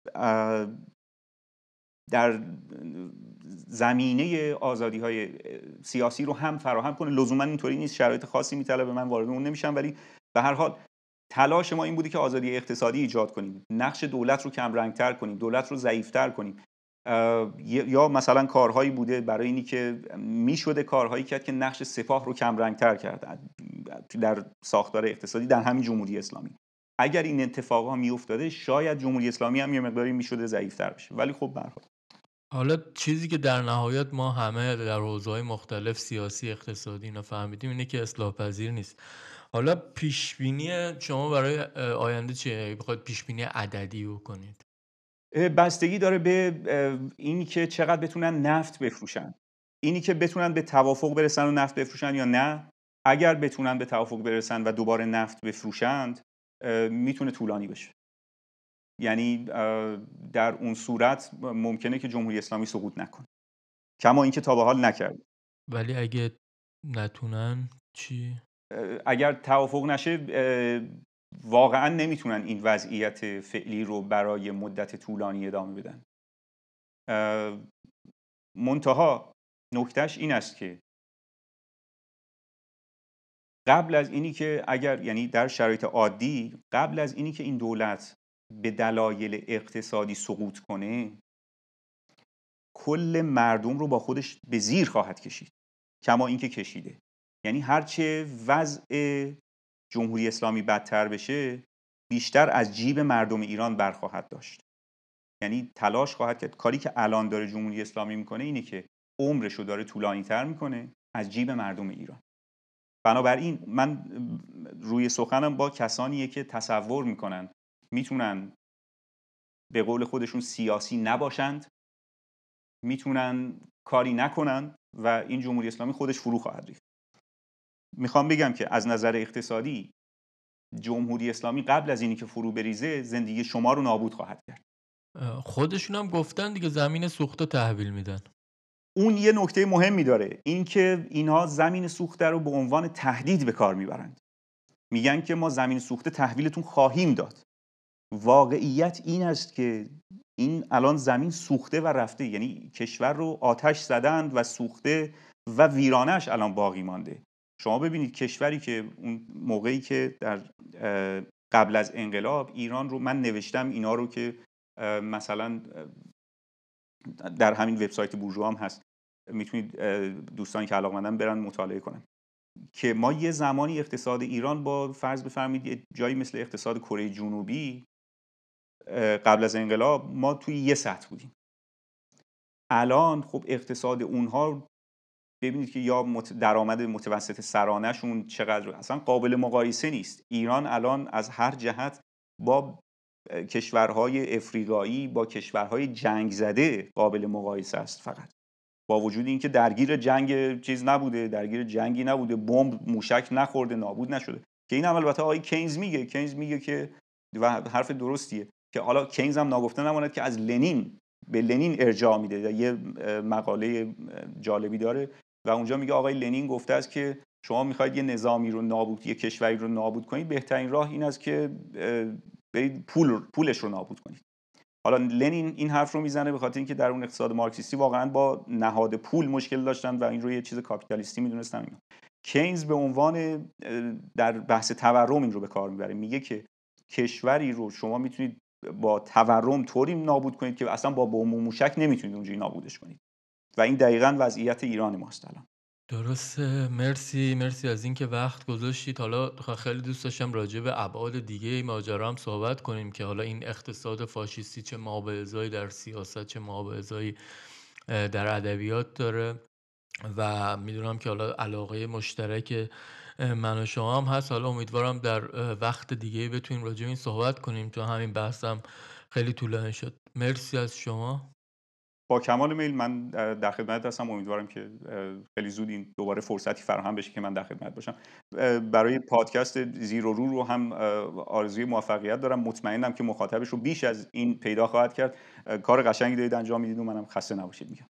در زمینه آزادی های سیاسی رو هم فراهم کنه. لزوما اینطوری نیست، شرایط خاصی میطلبه، من وارد اون نمیشم، ولی به هر حال تلاش ما این بوده که آزادی اقتصادی ایجاد کنیم، نقش دولت رو کم رنگتر کنیم، دولت رو ضعیفتر کنیم. یا مثلا کارهایی بوده برای اینی که میشده کارهایی کرد که نقش سپاه رو کم رنگتر کرد در ساختار اقتصادی در همین جمهوری اسلامی. اگر این اتفاقا میافتاده شاید جمهوری اسلامی هم یه مقداری میشده ضعیفتر بشه، ولی خب به هر حال حالا چیزی که در نهایت ما همه در حوزه‌های مختلف سیاسی، اقتصادی اینا فهمیدیم اینه که اصلاح پذیر نیست. حالا پیشبینی شما برای آینده چیه؟ بخواید پیشبینی عددی بکنید. بستگی داره به اینی که چقدر بتونن نفت بفروشن، اینی که بتونن به توافق برسن و نفت بفروشن یا نه. اگر بتونن به توافق برسن و دوباره نفت بفروشند میتونه طولانی بشه. یعنی در اون صورت ممکنه که جمهوری اسلامی سقوط نکنه، کما اینکه تا به حال نکرد. ولی اگه نتونن چی؟ اگر توافق نشه واقعا نمیتونن این وضعیت فعلی رو برای مدت طولانی ادامه بدن. منتها نکتهش این است که قبل از اینی که یعنی در شرایط عادی قبل از اینی که این دولت به دلایل اقتصادی سقوط کنه، کل مردم رو با خودش به زیر خواهد کشید، کما اینکه کشیده. یعنی هرچه وضع جمهوری اسلامی بدتر بشه، بیشتر از جیب مردم ایران برخواهد داشت. یعنی تلاش خواهد کرد. کاری که الان داره جمهوری اسلامی میکنه اینه که عمرش رو داره طولانی تر میکنه از جیب مردم ایران. بنابراین من روی سخنم با کسانیه که تصور میکنن میتونن به قول خودشون سیاسی نباشند، میتونن کاری نکنن و این جمهوری اسلامی خودش فرو خواهد ریخت. میخوام بگم که از نظر اقتصادی جمهوری اسلامی قبل از اینی که فرو بریزه زندگی شما رو نابود خواهد کرد. خودشون هم گفتن دیگه زمین سوخته تحویل میدن. اون یه نکته مهمی داره، این که اینها زمین سوخته رو به عنوان تهدید به کار میبرند. میگن که ما زمین سوخته تحویلتون خواهیم داد. واقعیت این است که این الان زمین سوخته و رفته، یعنی کشور رو آتش زدند و سوخته و ویرانش الان باقی مانده. شما ببینید کشوری که اون موقعی که در قبل از انقلاب ایران رو، من نوشتم اینا رو که مثلا در همین وبسایت بورژوا هم هست، میتونید دوستانی که علاقه‌مندن برن مطالعه کنن، که ما یه زمانی اقتصاد ایران با فرض بفرمایید یه جایی مثل اقتصاد کره جنوبی قبل از انقلاب ما توی یه سطح بودیم. الان خب اقتصاد اونها ببینید که یا درآمد متوسط سرانه‌شون چقدر اصلا قابل مقایسه نیست. ایران الان از هر جهت با کشورهای افریقایی، با کشورهای جنگ زده قابل مقایسه است. فقط با وجود اینکه درگیر جنگ چیز نبوده، درگیر جنگی نبوده، بمب موشک نخورده، نابود نشده. که این هم البته آقای کینز میگه که و حرف درستیه که حالا کینز هم ناگفته نماند که از لنین به لنین ارجاع میده. یه مقاله جالبی داره و اونجا میگه آقای لنین گفته است که شما میخواید یه نظامی رو نابود، یه کشوری رو نابود کنید، بهترین راه این است که برید پولش رو نابود کنید. حالا لنین این حرف رو میزنه به خاطر اینکه در اون اقتصاد مارکسیستی واقعا با نهاد پول مشکل داشتن و این رو یه چیز کاپیتالیستی میدونستن. کینز به عنوان در بحث تورم این رو به کار میبره، میگه که کشوری رو شما میتونید با تورم طوری نابود کنید که اصلا با بمب و موشک نمیتونید اونجوری نابودش کنید و این دقیقاً وضعیت ایران ماست الان. درسته. مرسی از اینکه وقت گذاشتید. حالا خیلی دوست داشتم راجع به ابعاد دیگه ماجرا هم صحبت کنیم که حالا این اقتصاد فاشیستی چه مابعضایی در سیاست، چه مابعضایی در ادبیات داره و میدونم که حالا علاقه مشترک من و شما هم هست. حالا امیدوارم در وقت دیگه بتونیم راجع به این صحبت کنیم، چون همین بحثم خیلی طولانی شد. مرسی از شما. با کمال میل، من در خدمت هستم. امیدوارم که خیلی زود این دوباره فرصتی فراهم بشه که من در خدمت باشم. برای پادکست زیر و رو هم آرزوی موفقیت دارم. مطمئنم که مخاطبش رو بیش از این پیدا خواهد کرد. کار قشنگی دارید انجام میدید و منم خسته نباشید میگم.